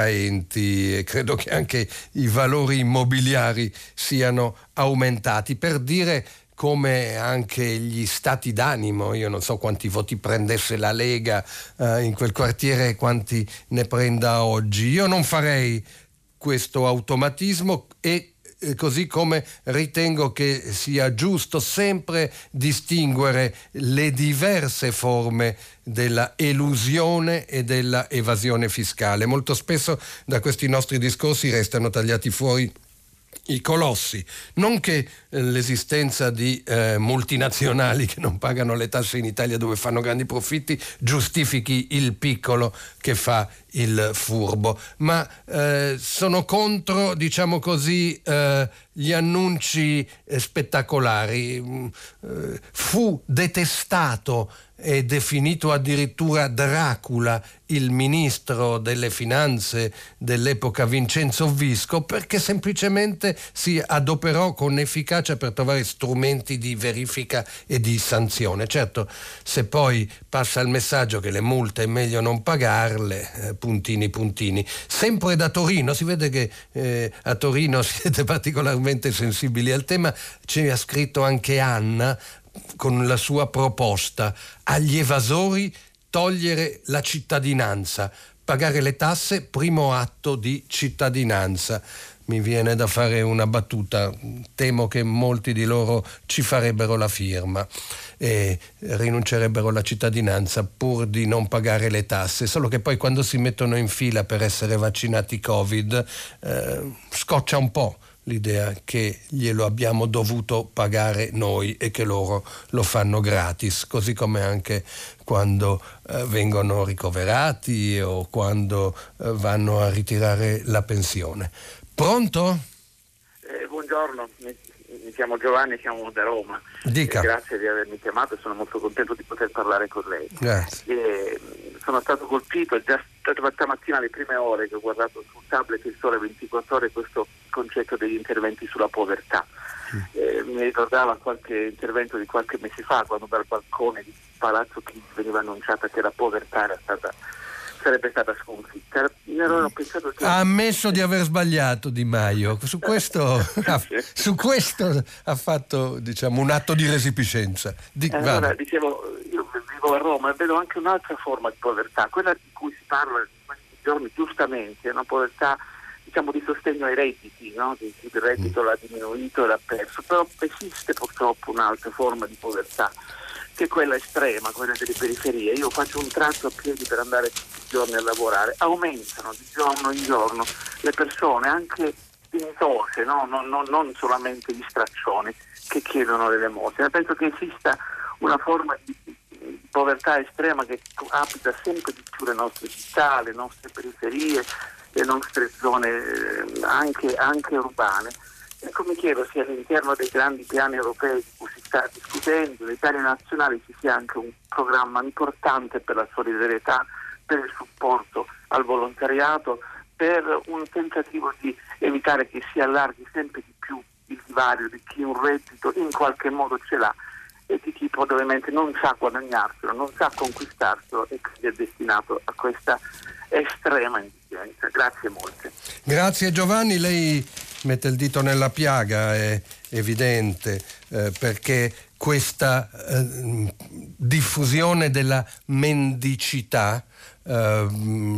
e credo che anche i valori immobiliari siano aumentati, per dire come anche gli stati d'animo, io non so quanti voti prendesse la Lega eh, in quel quartiere e quanti ne prenda oggi. Io non farei questo automatismo e così come ritengo che sia giusto sempre distinguere le diverse forme della elusione e della evasione fiscale. Molto spesso da questi nostri discorsi restano tagliati fuori i colossi, non che l'esistenza di eh, multinazionali che non pagano le tasse in Italia dove fanno grandi profitti giustifichi il piccolo che fa il furbo, ma eh, sono contro, diciamo così, eh, gli annunci eh, spettacolari. Eh, fu detestato e definito addirittura Dracula il ministro delle finanze dell'epoca Vincenzo Visco, perché semplicemente si adoperò con efficacia per trovare strumenti di verifica e di sanzione. Certo, se poi passa il messaggio che le multe è meglio non pagarle, eh, puntini puntini. Sempre da Torino, si vede che eh, a Torino siete particolarmente sensibili al tema, ci ha scritto anche Anna con la sua proposta: agli evasori togliere la cittadinanza, pagare le tasse, primo atto di cittadinanza. Mi viene da fare una battuta, temo che molti di loro ci farebbero la firma e rinuncerebbero alla cittadinanza pur di non pagare le tasse, solo che poi quando si mettono in fila per essere vaccinati Covid eh, scoccia un po'. l'idea che glielo abbiamo dovuto pagare noi e che loro lo fanno gratis, così come anche quando eh, vengono ricoverati o quando eh, vanno a ritirare la pensione. Pronto? Eh, buongiorno, mi, mi chiamo Giovanni, chiamo da Roma. Dica. Eh, grazie di avermi chiamato e sono molto contento di poter parlare con lei. Grazie. Eh, sono stato colpito già stamattina alle prime ore che ho guardato sul tablet Il Sole ventiquattro Ore questo concetto degli interventi sulla povertà. Eh, mi ricordava qualche intervento di qualche mese fa, quando dal balcone di Palazzo Chigi veniva annunciata che la povertà era stata sarebbe stata sconfitta. Ho pensato che... Ha ammesso di aver sbagliato Di Maio, su questo, ha, su questo ha fatto, diciamo, un atto di resipiscenza. Di, eh, allora, dicevo, io vivo a Roma e vedo anche un'altra forma di povertà, quella di cui si parla in questi giorni giustamente, una povertà, diciamo, di sostegno ai redditi, no? Che il reddito l'ha diminuito e l'ha perso, però esiste purtroppo un'altra forma di povertà, che è quella estrema, quella delle periferie. Io faccio un tratto a piedi per andare tutti i giorni a lavorare, aumentano di giorno in giorno le persone, anche dintose, no? non, non, non solamente gli straccioni, che chiedono l'elemosina. Penso che esista una forma di povertà estrema che abita sempre di più le nostre città, le nostre periferie, le nostre zone eh, anche, anche urbane. Ecco, mi chiedo se all'interno dei grandi piani europei di cui si sta discutendo, dei piani nazionali, ci sia anche un programma importante per la solidarietà, per il supporto al volontariato, per un tentativo di evitare che si allarghi sempre di più il divario di chi un reddito in qualche modo ce l'ha e di chi probabilmente non sa guadagnarselo, non sa conquistarselo e quindi è destinato a questa estrema indifferenza. Grazie molte. Grazie Giovanni, lei mette il dito nella piaga, è evidente, eh, perché questa eh, diffusione della mendicità, eh,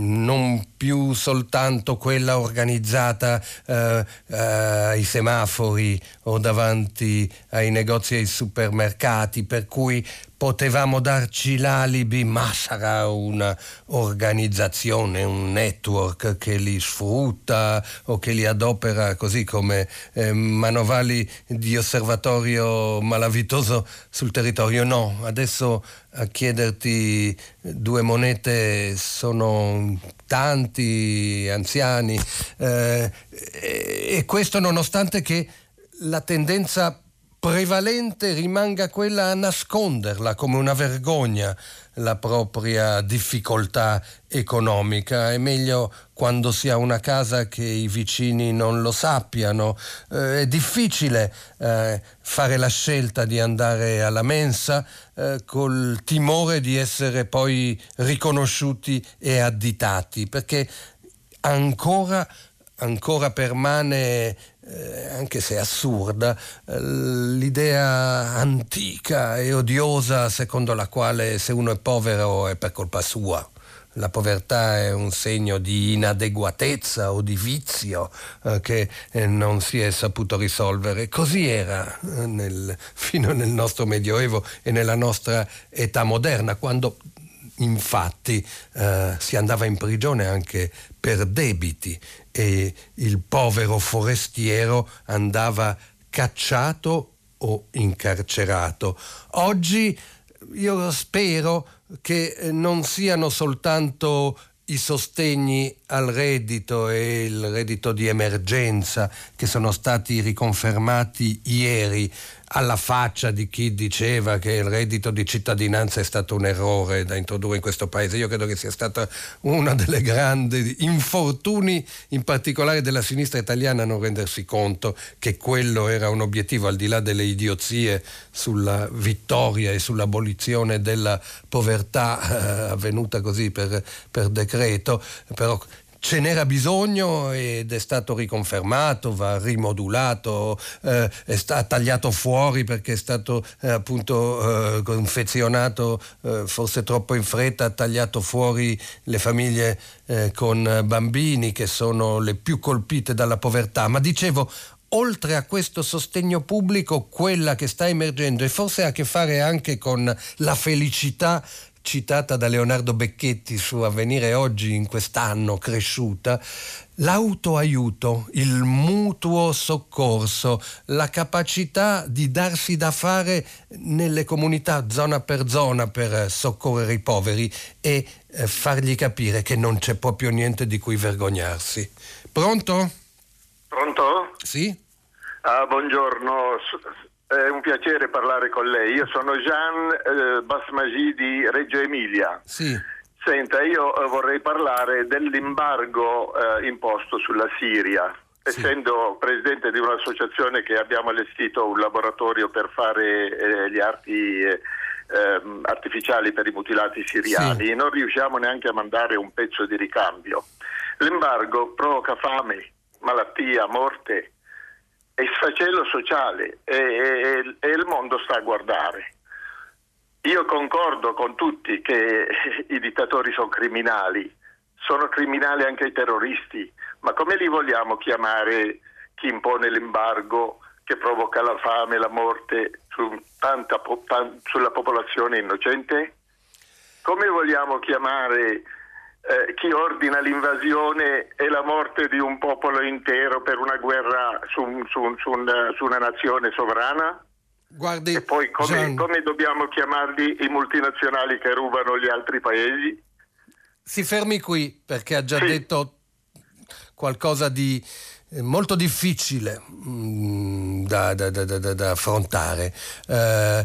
non più soltanto quella organizzata eh, eh, ai semafori o davanti ai negozi e ai supermercati, per cui potevamo darci l'alibi, ma sarà una organizzazione, un network che li sfrutta o che li adopera così come eh, manovali di osservatorio malavitoso sul territorio. No, adesso a chiederti due monete sono tanti anziani, eh, e questo nonostante che la tendenza prevalente rimanga quella a nasconderla come una vergogna, la propria difficoltà economica. È meglio quando si ha una casa che i vicini non lo sappiano. Eh, è difficile eh, fare la scelta di andare alla mensa eh, col timore di essere poi riconosciuti e additati, perché ancora ancora permane, eh, anche se assurda, eh, l'idea antica e odiosa secondo la quale se uno è povero è per colpa sua. La povertà è un segno di inadeguatezza o di vizio eh, che eh, non si è saputo risolvere. Così era eh, nel, fino nel nostro Medioevo e nella nostra età moderna, quando infatti eh, si andava in prigione anche per debiti e il povero forestiero andava cacciato o incarcerato. Oggi io spero che non siano soltanto i sostegni al reddito e il reddito di emergenza che sono stati riconfermati ieri, alla faccia di chi diceva che il reddito di cittadinanza è stato un errore da introdurre in questo paese. Io credo che sia stata una delle grandi infortuni, in particolare della sinistra italiana, non rendersi conto che quello era un obiettivo, al di là delle idiozie sulla vittoria e sull'abolizione della povertà eh, avvenuta così per, per decreto, però ce n'era bisogno ed è stato riconfermato, va rimodulato, eh, è stato tagliato fuori perché è stato eh, appunto eh, confezionato eh, forse troppo in fretta, ha tagliato fuori le famiglie eh, con bambini, che sono le più colpite dalla povertà. Ma dicevo, oltre a questo sostegno pubblico, quella che sta emergendo e forse ha a che fare anche con la felicità citata da Leonardo Becchetti su Avvenire Oggi in quest'anno cresciuta, l'autoaiuto, il mutuo soccorso, la capacità di darsi da fare nelle comunità zona per zona per soccorrere i poveri e eh, fargli capire che non c'è proprio niente di cui vergognarsi. Pronto? Pronto? Sì? Ah, buongiorno, è un piacere parlare con lei. Io sono Jean eh, Basmagi di Reggio Emilia. Sì. Senta, io eh, vorrei parlare dell'embargo eh, imposto sulla Siria. Sì. Essendo presidente di un'associazione che abbiamo allestito un laboratorio per fare eh, gli arti eh, artificiali per i mutilati siriani, sì. Non riusciamo neanche a mandare un pezzo di ricambio. L'embargo provoca fame, malattia, morte e sfacelo sociale e, e, e il mondo sta a guardare. Io concordo con tutti che i dittatori sono criminali, sono criminali anche i terroristi, ma come li vogliamo chiamare chi impone l'embargo che provoca la fame e la morte su tanta, tan, sulla popolazione innocente? Come vogliamo chiamare Eh, chi ordina l'invasione e la morte di un popolo intero per una guerra su, su, su, una, su una nazione sovrana? Guardi, e poi come, Gian... come dobbiamo chiamarli i multinazionali che rubano gli altri paesi? Si fermi qui perché ha già sì. detto qualcosa di molto difficile mh, da, da, da, da, da affrontare. Eh,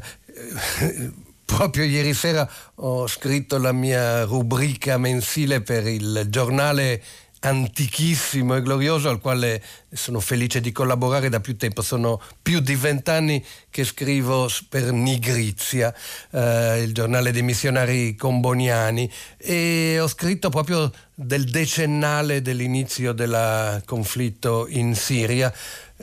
Proprio ieri sera ho scritto la mia rubrica mensile per il giornale antichissimo e glorioso al quale sono felice di collaborare da più tempo. Sono più di vent'anni che scrivo per Nigrizia, eh, il giornale dei missionari comboniani, e ho scritto proprio del decennale dell'inizio del conflitto in Siria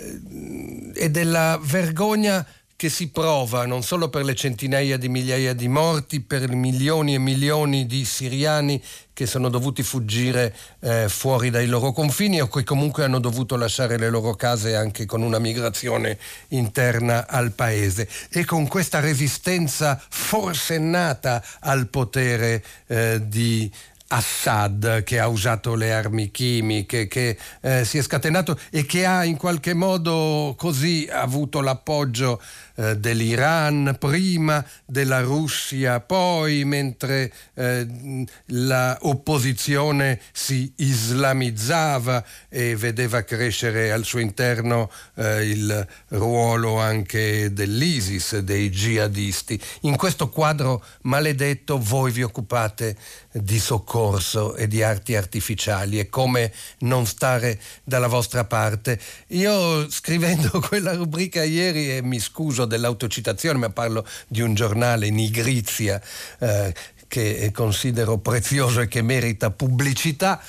eh, e della vergogna che si prova non solo per le centinaia di migliaia di morti, per i milioni e milioni di siriani che sono dovuti fuggire eh, fuori dai loro confini o che comunque hanno dovuto lasciare le loro case anche con una migrazione interna al paese, e con questa resistenza forsennata al potere eh, di Assad, che ha usato le armi chimiche, che eh, si è scatenato e che ha in qualche modo così avuto l'appoggio eh, dell'Iran prima, della Russia poi, mentre eh, la opposizione si islamizzava e vedeva crescere al suo interno eh, il ruolo anche dell'ISIS, dei jihadisti. In questo quadro maledetto voi vi occupate di soccorso e di arti artificiali, e come non stare dalla vostra parte. Io, scrivendo quella rubrica ieri, e mi scuso dell'autocitazione, ma parlo di un giornale, Nigrizia, eh, che considero prezioso e che merita pubblicità,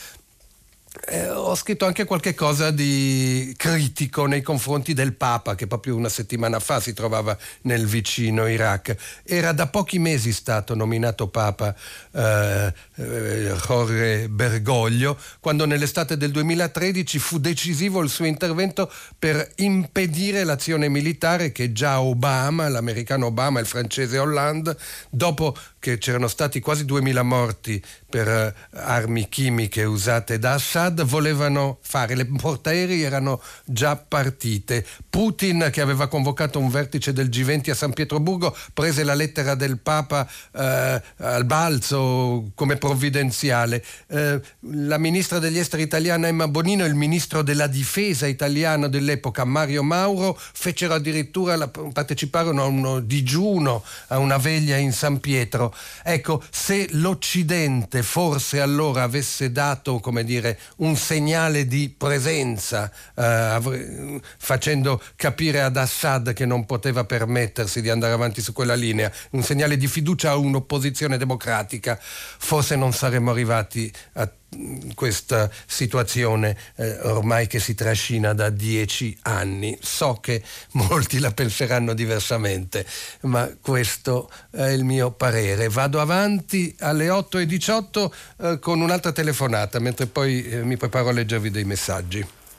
Eh, ho scritto anche qualche cosa di critico nei confronti del Papa, che proprio una settimana fa si trovava nel vicino Iraq. Era da pochi mesi stato nominato Papa eh, eh, Jorge Bergoglio, quando nell'estate del duemilatredici fu decisivo il suo intervento per impedire l'azione militare che già Obama, l'americano Obama e il francese Hollande, dopo che c'erano stati quasi duemila morti per uh, armi chimiche usate da Assad, volevano fare. Le portaerei erano già partite. Putin, che aveva convocato un vertice del G venti a San Pietroburgo, prese la lettera del Papa uh, al balzo come provvidenziale. Uh, la ministra degli esteri italiana Emma Bonino e il ministro della difesa italiano dell'epoca Mario Mauro fecero addirittura la, parteciparono a un digiuno, a una veglia in San Pietro. Ecco, se l'Occidente forse allora avesse dato, come dire, un segnale di presenza, eh, facendo capire ad Assad che non poteva permettersi di andare avanti su quella linea, un segnale di fiducia a un'opposizione democratica, forse non saremmo arrivati a questa situazione eh, ormai che si trascina da dieci anni. So che molti la penseranno diversamente, ma questo è il mio parere. Vado avanti alle otto e diciotto eh, con un'altra telefonata, mentre poi eh, mi preparo a leggervi dei messaggi.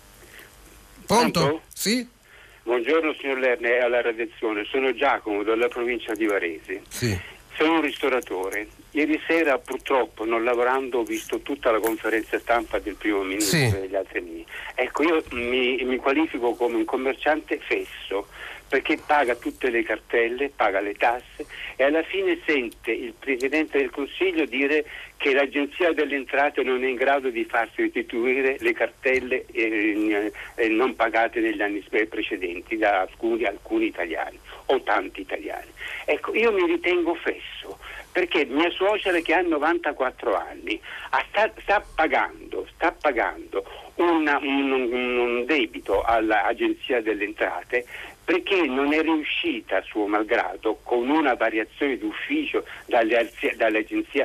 Pronto? Pronto? Sì? Buongiorno signor Lerner alla redazione, sono Giacomo dalla provincia di Varese. Sì. Sono un ristoratore Ieri sera purtroppo, non lavorando, ho visto tutta la conferenza stampa del primo ministro sì. e degli altri ministri. Ecco, io mi, mi qualifico come un commerciante fesso, perché paga tutte le cartelle, paga le tasse e alla fine sente il Presidente del Consiglio dire che l'Agenzia delle Entrate non è in grado di farsi restituire le cartelle eh, eh, non pagate negli anni precedenti da alcuni, alcuni italiani o tanti italiani. Ecco, io mi ritengo fesso, perché mia suocera, che ha novantaquattro anni, sta, sta pagando, sta pagando una, un, un debito all'Agenzia delle Entrate perché non è riuscita, suo malgrado, con una variazione d'ufficio dall'agenzia,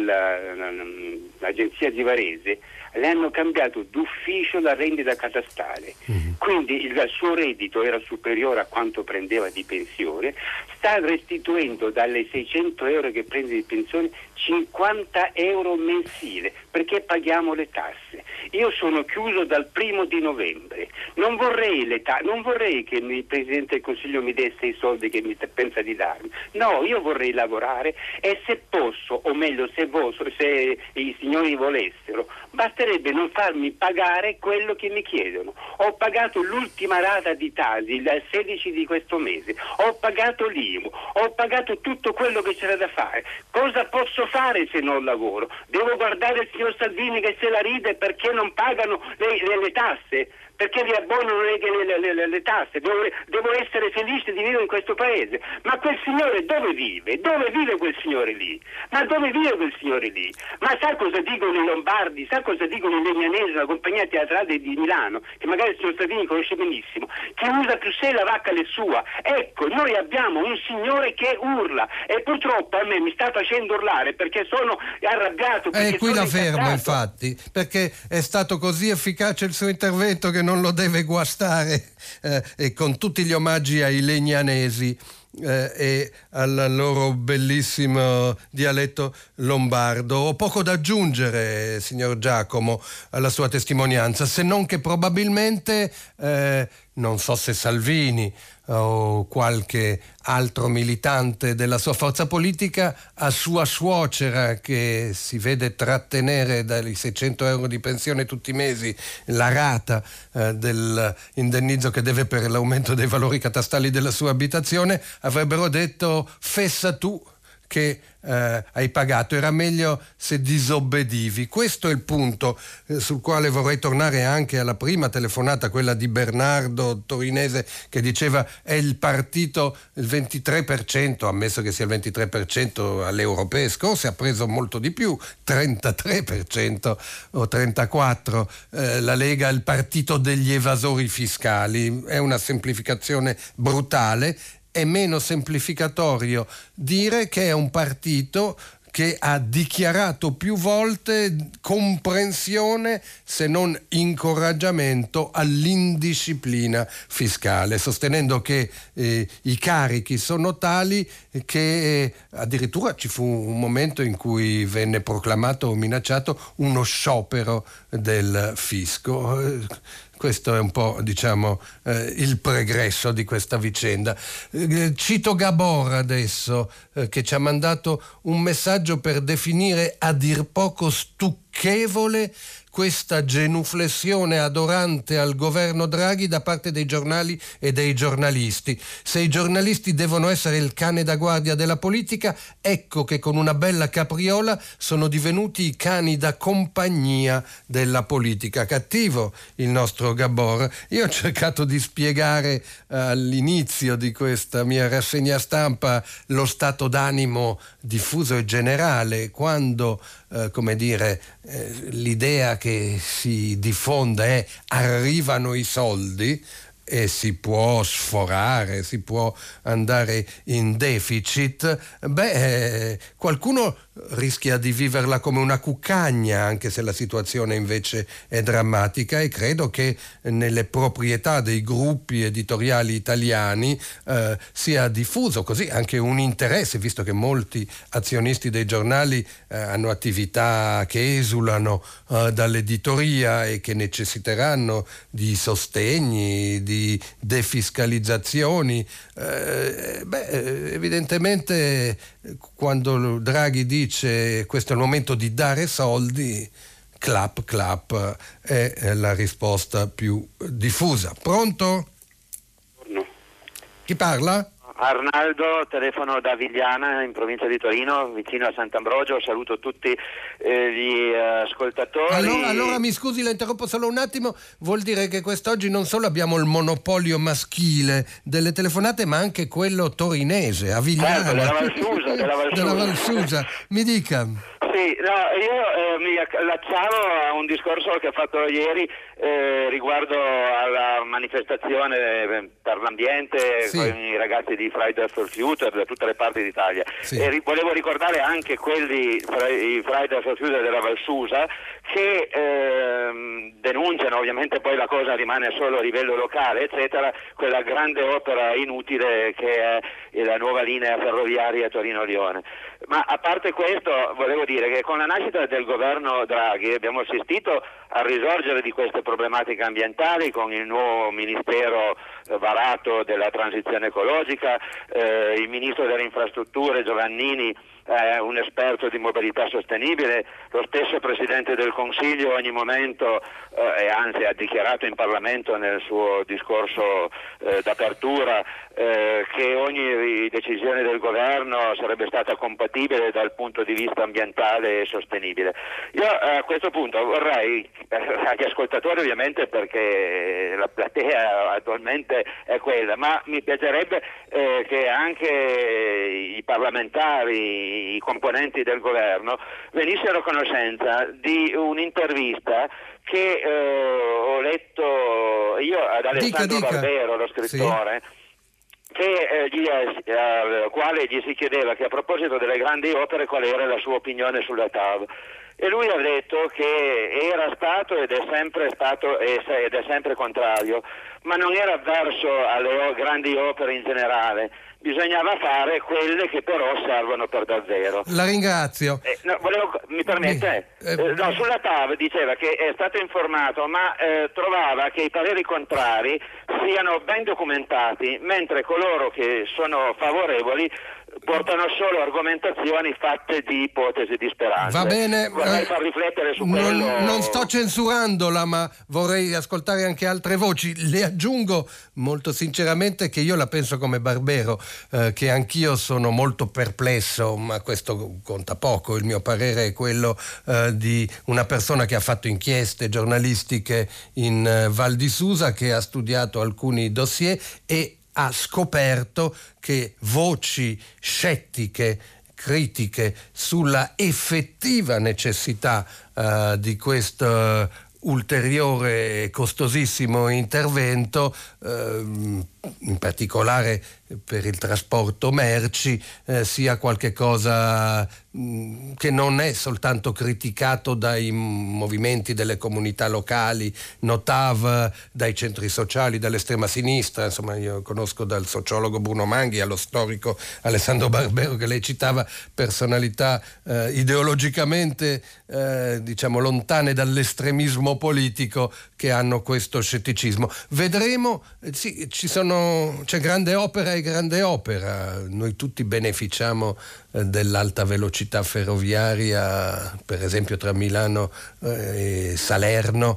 dall'agenzia di Varese, le hanno cambiato d'ufficio la rendita catastale, mm-hmm. quindi il, il suo reddito era superiore a quanto prendeva di pensione, sta restituendo dalle seicento euro che prende di pensione cinquanta euro mensile, perché paghiamo le tasse. Io sono chiuso dal primo di novembre, non vorrei, le ta- non vorrei che il Presidente del Consiglio mi desse i soldi che mi t- pensa di darmi, no, io vorrei lavorare e se posso, o meglio se, vosso, se i signori volessero, basterebbe non farmi pagare quello che mi chiedono. Ho pagato l'ultima rata di Tasi il sedici di questo mese, ho pagato l'I M U, ho pagato tutto quello che c'era da fare. Cosa posso fare se non lavoro? Devo guardare il signor Salvini che se la ride perché non pagano le, le, le tasse? Perché vi abbonano le, le, le, le tasse, devo, devo essere felice di vivere in questo paese. Ma quel signore dove vive? Dove vive quel signore lì? Ma dove vive quel signore lì? Ma sa cosa dicono i lombardi? Sa cosa dicono i legnanesi, la compagnia teatrale di Milano, che magari il signor Salvini conosce benissimo, che usa più sé la vacca le sua? Ecco, noi abbiamo un signore che urla e purtroppo a me mi sta facendo urlare perché sono arrabbiato. E eh, qui la fermo, incazzato. infatti, perché è stato così efficace il suo intervento che non non lo deve guastare, eh, e con tutti gli omaggi ai legnanesi eh, e al loro bellissimo dialetto lombardo. Ho poco da aggiungere, signor Giacomo, alla sua testimonianza, se non che probabilmente eh, non so se Salvini o qualche altro militante della sua forza politica, a sua suocera che si vede trattenere dai seicento euro di pensione tutti i mesi la rata eh, dell'indennizzo che deve per l'aumento dei valori catastali della sua abitazione, avrebbero detto: fessa tu che eh, hai pagato, era meglio se disobbedivi. Questo è il punto eh, sul quale vorrei tornare anche alla prima telefonata, quella di Bernardo Torinese, che diceva è il partito il ventitré per cento, ammesso che sia il ventitré per cento alle europee scorse, ha preso molto di più, trentatré per cento o trentaquattro per cento, eh, la Lega è il partito degli evasori fiscali. È una semplificazione brutale. È meno semplificatorio dire che è un partito che ha dichiarato più volte comprensione, se non incoraggiamento, all'indisciplina fiscale, sostenendo che eh, i carichi sono tali che eh, addirittura ci fu un momento in cui venne proclamato o minacciato uno sciopero del fisco. Questo è un po', diciamo, eh, il pregresso di questa vicenda. Eh, cito Gabor adesso, eh, che ci ha mandato un messaggio per definire a dir poco stucchevole questa genuflessione adorante al governo Draghi da parte dei giornali e dei giornalisti. Se i giornalisti devono essere il cane da guardia della politica, ecco che con una bella capriola sono divenuti i cani da compagnia della politica. Cattivo il nostro Gabor. Io ho cercato di spiegare eh, all'inizio di questa mia rassegna stampa lo stato d'animo diffuso e generale quando, eh, come dire, eh, l'idea che si diffonde è arrivano i soldi e si può sforare, si può andare in deficit. Beh, eh, qualcuno rischia di viverla come una cuccagna, anche se la situazione invece è drammatica, e credo che nelle proprietà dei gruppi editoriali italiani eh, sia diffuso così anche un interesse, visto che molti azionisti dei giornali eh, hanno attività che esulano eh, dall'editoria e che necessiteranno di sostegni, di di defiscalizzazioni. Eh, beh, evidentemente quando Draghi dice questo è il momento di dare soldi, clap clap è la risposta più diffusa. Pronto? No. Chi parla? Arnaldo, telefono da Vigliana in provincia di Torino, vicino a Sant'Ambrogio. Saluto tutti eh, gli eh, ascoltatori. Allora, allora mi scusi, la interrompo solo un attimo. Vuol dire che quest'oggi non solo abbiamo il monopolio maschile delle telefonate, ma anche quello torinese, a Vigliana. Certo, della Valsusa, della Valsusa. Della Valsusa. Mi dica. Sì, no, io eh, mi allacciavo a un discorso che ha fatto ieri eh, riguardo alla manifestazione per l'ambiente, sì, con i ragazzi di Fridays for Future da tutte le parti d'Italia. Sì. E ri- volevo ricordare anche quelli, i Fridays for Future della Valsusa, che eh, denunciano, ovviamente poi la cosa rimane solo a livello locale, eccetera, quella grande opera inutile che è la nuova linea ferroviaria Torino-Lione. Ma a parte questo volevo dire che con la nascita del governo Draghi abbiamo assistito al risorgere di queste problematiche ambientali con il nuovo ministero eh, varato della transizione ecologica, eh, il ministro delle infrastrutture Giovannini è un esperto di mobilità sostenibile, lo stesso Presidente del Consiglio ogni momento eh, e anzi ha dichiarato in Parlamento nel suo discorso eh, d'apertura eh, che ogni decisione del governo sarebbe stata compatibile dal punto di vista ambientale e sostenibile. Io eh, a questo punto vorrei, eh, agli ascoltatori ovviamente perché la platea attualmente è quella, ma mi piacerebbe eh, che anche i parlamentari, i componenti del governo venissero a conoscenza di un'intervista che eh, ho letto io ad Alessandro dica, dica. Barbero, lo scrittore, sì, che eh, gli, eh, al quale gli si chiedeva che a proposito delle grandi opere qual era la sua opinione sulla T A V. E lui ha detto che era stato ed è sempre stato ed è sempre contrario, ma non era avverso alle grandi opere in generale. Bisognava fare quelle che però servono per davvero. La ringrazio. Eh, no, volevo, mi permette? Eh, eh, no, sulla T A V diceva che è stato informato, ma eh, trovava che i pareri contrari siano ben documentati, mentre coloro che sono favorevoli portano solo argomentazioni fatte di ipotesi di speranza. Va bene, vorrei far riflettere su non, quello. Non sto censurandola, ma vorrei ascoltare anche altre voci. Le aggiungo molto sinceramente che io la penso come Barbero, eh, che anch'io sono molto perplesso, ma questo conta poco. Il mio parere è quello eh, di una persona che ha fatto inchieste giornalistiche in eh, Val di Susa, che ha studiato alcuni dossier e ha scoperto che voci scettiche, critiche sulla effettiva necessità uh, di questo uh, ulteriore e costosissimo intervento, uh, in particolare per il trasporto merci, eh, sia qualche cosa mh, che non è soltanto criticato dai movimenti delle comunità locali, Notav, dai centri sociali, dall'estrema sinistra. Insomma, io conosco dal sociologo Bruno Manghi allo storico Alessandro Barbero, che lei citava, personalità eh, ideologicamente eh, diciamo lontane dall'estremismo politico, che hanno questo scetticismo. Vedremo, eh, sì, ci sono, c'è grande opera e grande opera. Noi tutti beneficiamo eh, dell'alta velocità ferroviaria, per esempio tra Milano eh, e Salerno,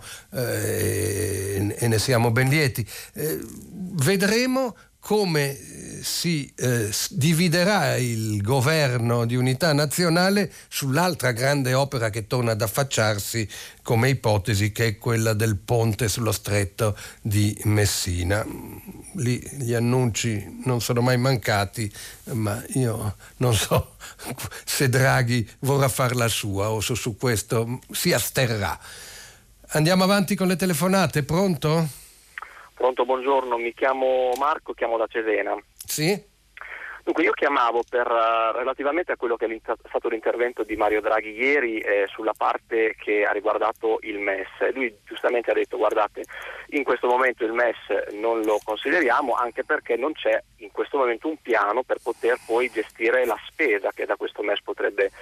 eh, e ne siamo ben lieti. Eh, vedremo come si eh, dividerà il governo di unità nazionale sull'altra grande opera che torna ad affacciarsi come ipotesi, che è quella del ponte sullo stretto di Messina. Lì gli annunci non sono mai mancati, ma io non so se Draghi vorrà far la sua o se su questo si asterrà. Andiamo avanti con le telefonate. Pronto? Pronto, buongiorno, mi chiamo Marco, chiamo da Cesena. Sì? Dunque io chiamavo per uh, relativamente a quello che è stato l'intervento di Mario Draghi ieri eh, sulla parte che ha riguardato il M E S. Lui giustamente ha detto: guardate, in questo momento il M E S non lo consideriamo, anche perché non c'è in questo momento un piano per poter poi gestire la spesa che da questo M E S potrebbe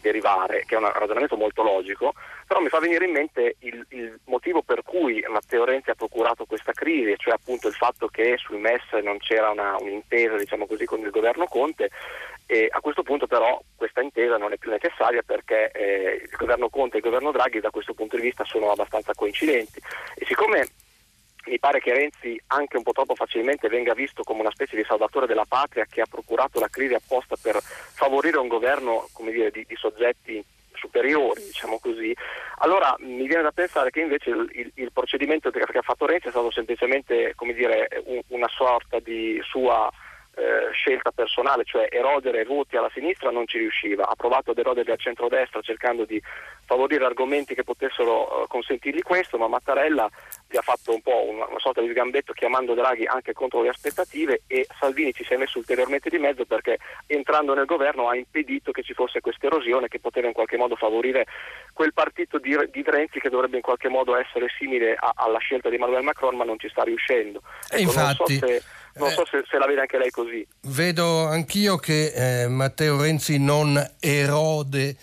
derivare, che è un ragionamento molto logico, però mi fa venire in mente il, il motivo per cui Matteo Renzi ha procurato questa crisi, cioè appunto il fatto che sul M E S non c'era una, un'intesa, diciamo così, con il governo Conte, e a questo punto però questa intesa non è più necessaria perché eh, il governo Conte e il governo Draghi da questo punto di vista sono abbastanza coincidenti, e siccome mi pare che Renzi anche un po' troppo facilmente venga visto come una specie di salvatore della patria che ha procurato la crisi apposta per favorire un governo, come dire, di, di soggetti superiori, diciamo così, allora mi viene da pensare che invece il, il, il procedimento che, che ha fatto Renzi è stato semplicemente, come dire, un, una sorta di sua Eh, scelta personale, cioè erodere voti alla sinistra non ci riusciva, ha provato ad eroderli al centrodestra cercando di favorire argomenti che potessero uh, consentirgli questo, ma Mattarella gli ha fatto un po' una, una sorta di sgambetto chiamando Draghi anche contro le aspettative, e Salvini ci si è messo ulteriormente di mezzo perché entrando nel governo ha impedito che ci fosse questa erosione che poteva in qualche modo favorire quel partito di, di Renzi che dovrebbe in qualche modo essere simile a, alla scelta di Emmanuel Macron, ma non ci sta riuscendo. Ecco, e infatti non so se Non so se, se la vede anche lei così. Vedo anch'io che eh, Matteo Renzi non erode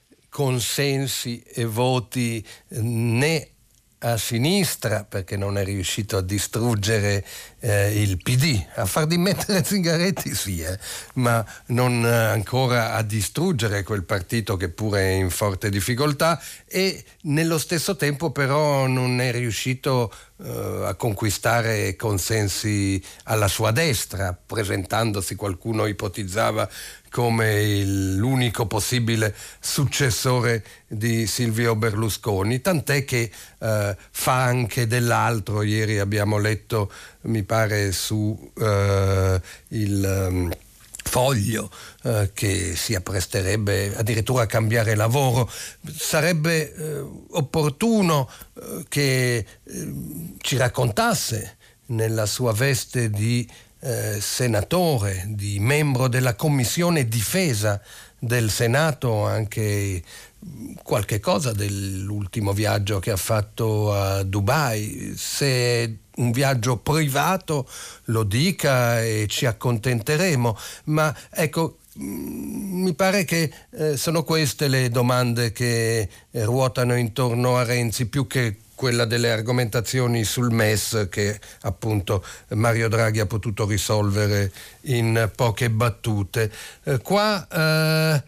consensi e voti eh, né a sinistra, perché non è riuscito a distruggere eh, il P D, a far dimettere Zingaretti sì, eh, ma non ancora a distruggere quel partito che pure è in forte difficoltà, e nello stesso tempo però non è riuscito eh, a conquistare consensi alla sua destra, presentandosi, qualcuno ipotizzava, come il, l'unico possibile successore di Silvio Berlusconi, tant'è che eh, fa anche dell'altro. Ieri abbiamo letto, mi pare, su eh, il um, Foglio eh, che si appresterebbe addirittura a cambiare lavoro. Sarebbe eh, opportuno eh, che eh, ci raccontasse nella sua veste di Eh, senatore, di membro della Commissione Difesa del Senato, anche qualche cosa dell'ultimo viaggio che ha fatto a Dubai. Se è un viaggio privato lo dica e ci accontenteremo, ma ecco, mi pare che eh, sono queste le domande che eh, ruotano intorno a Renzi, più che quella delle argomentazioni sul M E S che appunto Mario Draghi ha potuto risolvere in poche battute. Eh, qua eh,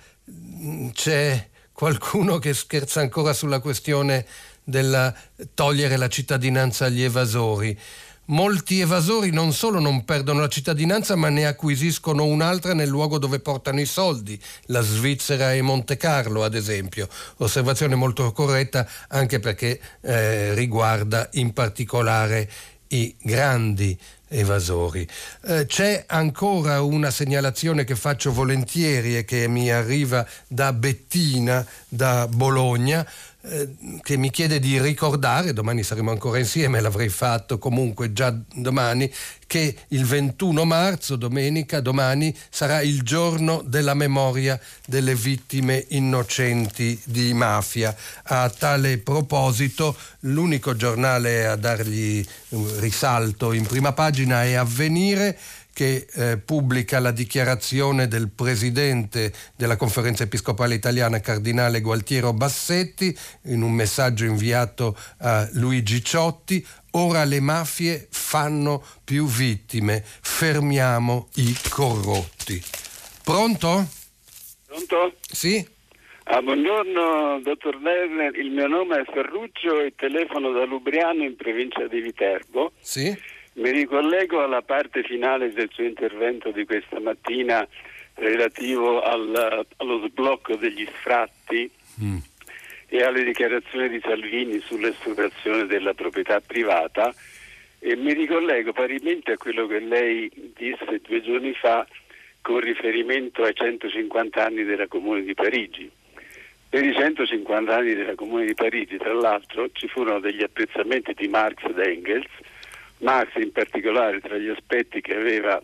c'è qualcuno che scherza ancora sulla questione della togliere la cittadinanza agli evasori. Molti evasori non solo non perdono la cittadinanza, ma ne acquisiscono un'altra nel luogo dove portano i soldi, la Svizzera e Monte Carlo ad esempio. Osservazione molto corretta, anche perché eh, riguarda in particolare i grandi evasori. Eh, c'è ancora una segnalazione che faccio volentieri e che mi arriva da Bettina, da Bologna, che mi chiede di ricordare, domani saremo ancora insieme, l'avrei fatto comunque già domani, che il ventuno marzo, domenica, domani, sarà il giorno della memoria delle vittime innocenti di mafia. A tale proposito, l'unico giornale a dargli risalto in prima pagina è Avvenire, che eh, pubblica la dichiarazione del presidente della Conferenza Episcopale Italiana, Cardinale Gualtiero Bassetti, in un messaggio inviato a Luigi Ciotti: ora le mafie fanno più vittime, fermiamo i corrotti. Pronto? Pronto? Sì? Ah, buongiorno dottor Lerner, il mio nome è Ferruccio e telefono da Lubriano in provincia di Viterbo. Sì? Mi ricollego alla parte finale del suo intervento di questa mattina relativo al, allo sblocco degli sfratti mm. e alle dichiarazioni di Salvini sull'espropriazione della proprietà privata, e mi ricollego parimenti a quello che lei disse due giorni fa con riferimento ai centocinquanta anni della Comune di Parigi. Per i centocinquanta anni della Comune di Parigi, tra l'altro, ci furono degli apprezzamenti di Marx ed Engels. Marx in particolare, tra gli aspetti che aveva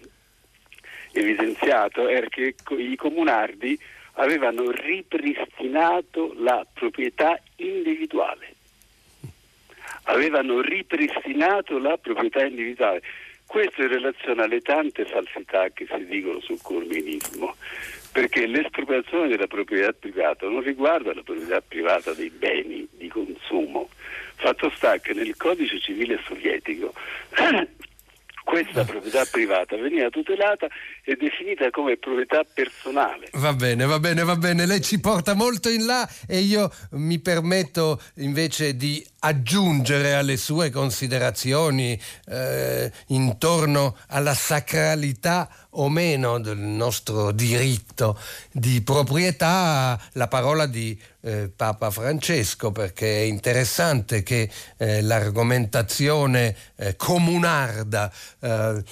evidenziato, era che i comunardi avevano ripristinato la proprietà individuale. Avevano ripristinato la proprietà individuale. Questo in relazione alle tante falsità che si dicono sul comunismo. perché l'espropriazione della proprietà privata non riguarda la proprietà privata dei beni di consumo. Fatto sta che nel codice civile sovietico questa proprietà privata veniva tutelata e definita come proprietà personale. Va bene, va bene, va bene, lei ci porta molto in là e io mi permetto invece di aggiungere alle sue considerazioni eh, intorno alla sacralità o meno del nostro diritto di proprietà la parola di eh, Papa Francesco, perché è interessante che eh, l'argomentazione eh, comunarda eh,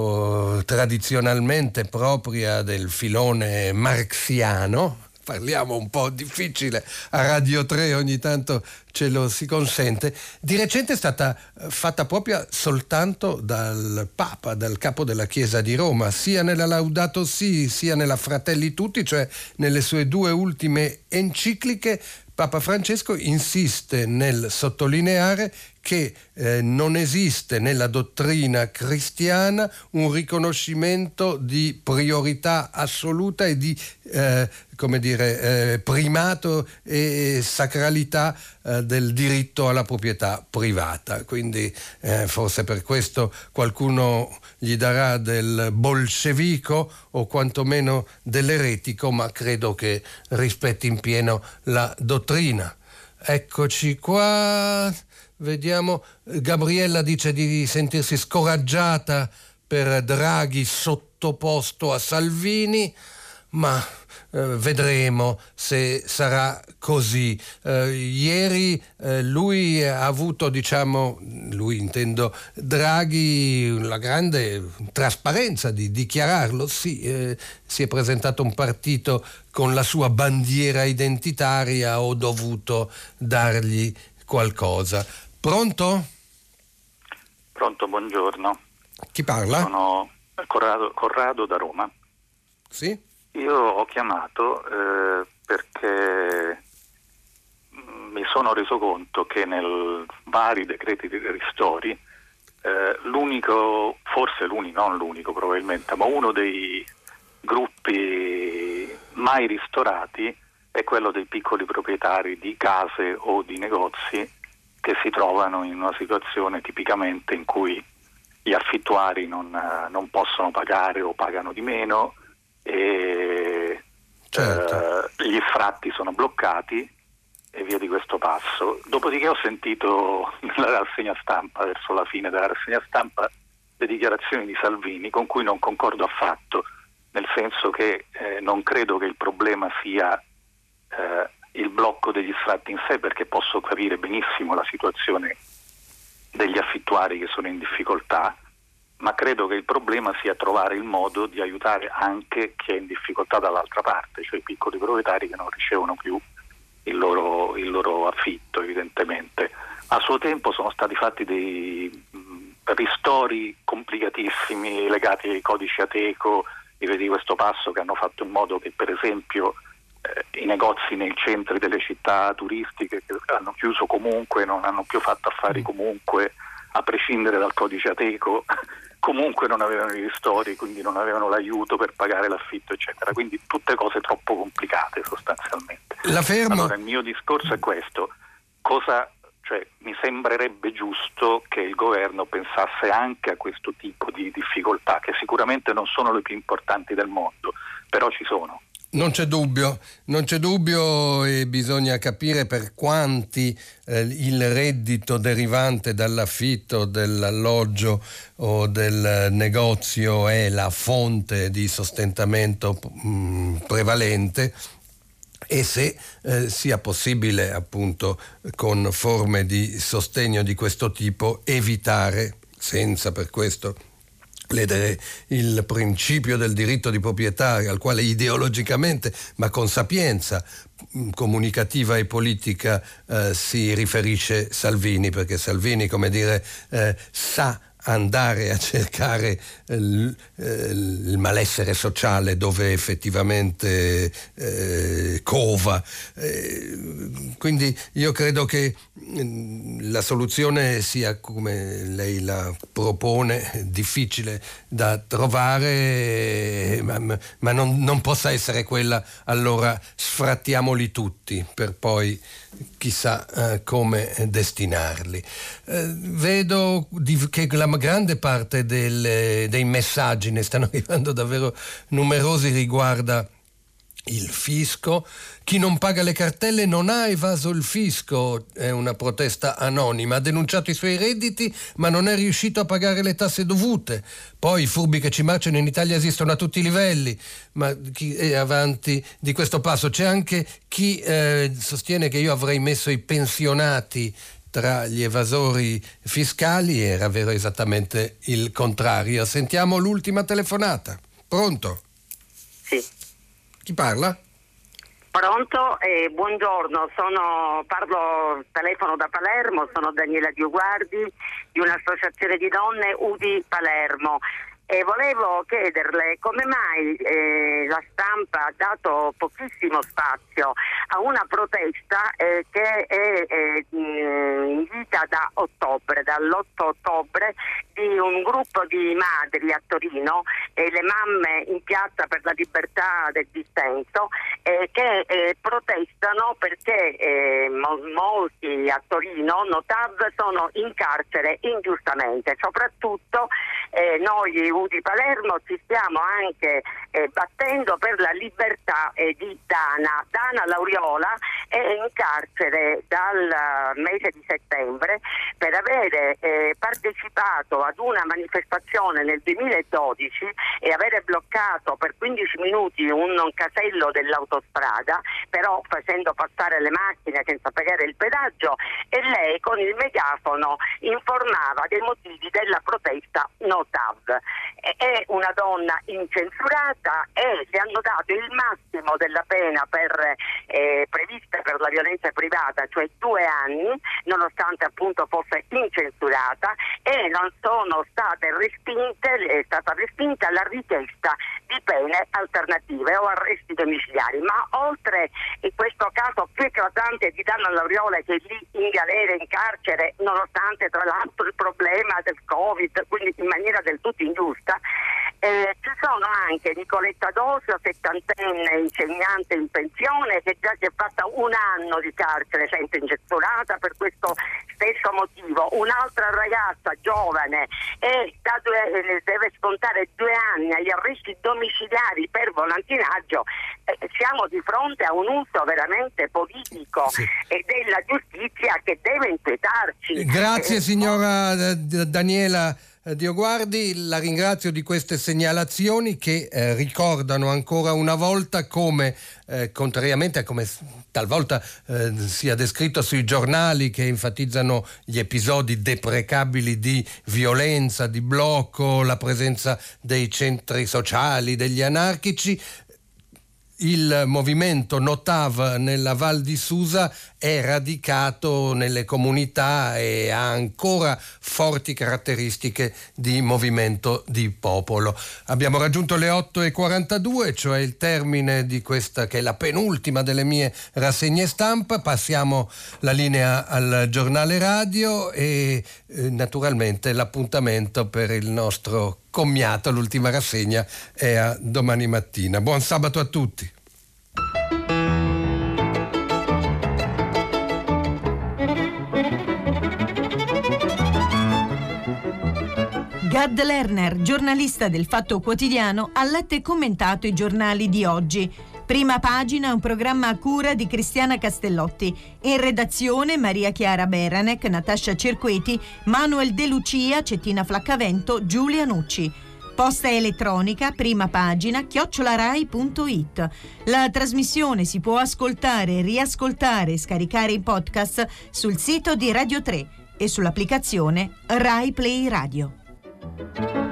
o tradizionalmente propria del filone marxiano, parliamo un po' difficile a Radio tre, ogni tanto ce lo si consente, di recente è stata fatta propria soltanto dal Papa, dal capo della Chiesa di Roma, sia nella Laudato Si sia nella Fratelli Tutti, cioè nelle sue due ultime encicliche. Papa Francesco insiste nel sottolineare che eh, non esiste nella dottrina cristiana un riconoscimento di priorità assoluta e di eh, come dire, eh, primato e sacralità eh, del diritto alla proprietà privata. Quindi eh, forse per questo qualcuno gli darà del bolscevico o quantomeno dell'eretico, ma credo che rispetti in pieno la dottrina. Eccoci qua. Vediamo, Gabriella dice di sentirsi scoraggiata per Draghi sottoposto a Salvini, ma eh, vedremo se sarà così. Eh, ieri eh, lui ha avuto, diciamo, lui intendo Draghi, la grande trasparenza di dichiararlo. Sì, eh, si è presentato un partito con la sua bandiera identitaria, ho dovuto dargli qualcosa. Pronto? Pronto, buongiorno. Chi parla? Sono Corrado, Corrado da Roma. Sì? Io ho chiamato eh, perché mi sono reso conto che nei vari decreti di ristori eh, l'unico, forse l'unico, non l'unico probabilmente, ma uno dei gruppi mai ristorati è quello dei piccoli proprietari di case o di negozi che si trovano in una situazione tipicamente in cui gli affittuari non, non possono pagare o pagano di meno e certo. eh, gli sfratti sono bloccati e via di questo passo. Dopodiché ho sentito nella rassegna stampa, verso la fine della rassegna stampa, le dichiarazioni di Salvini con cui non concordo affatto, nel senso che eh, non credo che il problema sia eh, il blocco degli sfratti in sé, perché posso capire benissimo la situazione degli affittuari che sono in difficoltà, ma credo che il problema sia trovare il modo di aiutare anche chi è in difficoltà dall'altra parte, cioè i piccoli proprietari che non ricevono più il loro, il loro affitto, evidentemente. A suo tempo sono stati fatti dei mh, ristori complicatissimi legati ai codici Ateco e vedi questo passo, che hanno fatto in modo che per esempio eh, i negozi nei centri delle città turistiche che hanno chiuso comunque, non hanno più fatto affari comunque, a prescindere dal codice Ateco, comunque non avevano i ristori, quindi non avevano l'aiuto per pagare l'affitto, eccetera. Quindi tutte cose troppo complicate sostanzialmente. La fermo. Allora il mio discorso è questo: cosa, cioè, mi sembrerebbe giusto che il governo pensasse anche a questo tipo di difficoltà, che sicuramente non sono le più importanti del mondo, però ci sono. Non c'è dubbio, non c'è dubbio, e bisogna capire per quanti eh, il reddito derivante dall'affitto, dell'alloggio o del negozio è la fonte di sostentamento mh, prevalente, e se eh, sia possibile, appunto, con forme di sostegno di questo tipo, evitare, senza per questo ledere il principio del diritto di proprietà al quale ideologicamente, ma con sapienza comunicativa e politica eh, si riferisce Salvini, perché Salvini, come dire, eh, sa andare a cercare il, il malessere sociale dove effettivamente eh, cova. Eh, quindi io credo che la soluzione sia, come lei la propone, difficile da trovare, ma, ma non, non possa essere quella allora sfrattiamoli tutti per poi chissà eh, come destinarli. Eh, vedo di, che la grande parte delle, dei messaggi, ne stanno arrivando davvero numerosi, riguarda il fisco. Chi non paga le cartelle non ha evaso il fisco, è una protesta anonima, ha denunciato i suoi redditi ma non è riuscito a pagare le tasse dovute. Poi i furbi che ci marciano in Italia esistono a tutti i livelli, ma chi è avanti di questo passo? C'è anche chi eh, sostiene che io avrei messo i pensionati tra gli evasori fiscali, era vero esattamente il contrario. Sentiamo l'ultima telefonata. Pronto? Sì. Chi parla? Pronto, eh, buongiorno, sono, parlo, telefono da Palermo, sono Daniela Dioguardi di un'associazione di donne U D I Palermo. E volevo chiederle come mai eh, la stampa ha dato pochissimo spazio a una protesta eh, che è eh, in vita da ottobre, dall'otto ottobre, di un gruppo di madri a Torino, eh, le mamme in piazza per la libertà del dissenso, eh, che eh, protestano perché eh, mo- molti a Torino, Notav, sono in carcere ingiustamente. Soprattutto eh, noi U D I Palermo ci stiamo anche eh, battendo per la libertà eh, di Dana. Dana Lauriola è in carcere dal mese di settembre per avere eh, partecipato ad una manifestazione nel duemiladodici e avere bloccato per quindici minuti un, un casello dell'autostrada, però facendo passare le macchine senza pagare il pedaggio, e lei con il megafono informava dei motivi della protesta Notav. È una donna incensurata e le hanno dato il massimo della pena per, eh, prevista per la violenza privata, cioè due anni, nonostante appunto fosse incensurata, e non sono state respinte, è stata respinta la richiesta di pene alternative o arresti domiciliari. Ma oltre in questo caso più eclatante di Dana Lauriola, che è lì in galera, in carcere, nonostante tra l'altro il problema del Covid, quindi in maniera del tutto ingiusta, Eh, ci sono anche Nicoletta Dosio, settantenne insegnante in pensione, che già si è fatta un anno di carcere sempre incensurata per questo stesso motivo. Un'altra ragazza giovane e da due, deve scontare due anni agli arresti domiciliari per volantinaggio. Eh, siamo di fronte a un uso veramente politico sì. e della giustizia che deve inquietarci. Grazie eh, signora Daniela Dioguardi, la ringrazio di queste segnalazioni che eh, ricordano ancora una volta come, eh, contrariamente a come talvolta eh, sia descritto sui giornali, che enfatizzano gli episodi deprecabili di violenza, di blocco, la presenza dei centri sociali, degli anarchici, il movimento Notav nella Val di Susa è radicato nelle comunità e ha ancora forti caratteristiche di movimento di popolo. Abbiamo raggiunto le otto e quarantadue, cioè il termine di questa che è la penultima delle mie rassegne stampa. Passiamo la linea al giornale radio e eh, naturalmente l'appuntamento per il nostro commiato, l'ultima rassegna è a domani mattina. Buon sabato a tutti. Gad Lerner, giornalista del Fatto Quotidiano, ha letto e commentato i giornali di oggi. Prima pagina, un programma a cura di Cristiana Castellotti. In redazione Maria Chiara Beranec, Natascia Cerqueti, Manuel De Lucia, Cettina Flaccavento, Giulia Nucci. Posta elettronica, prima pagina, chiocciolarai punto it. La trasmissione si può ascoltare, riascoltare e scaricare in podcast sul sito di Radio tre e sull'applicazione Rai Play Radio.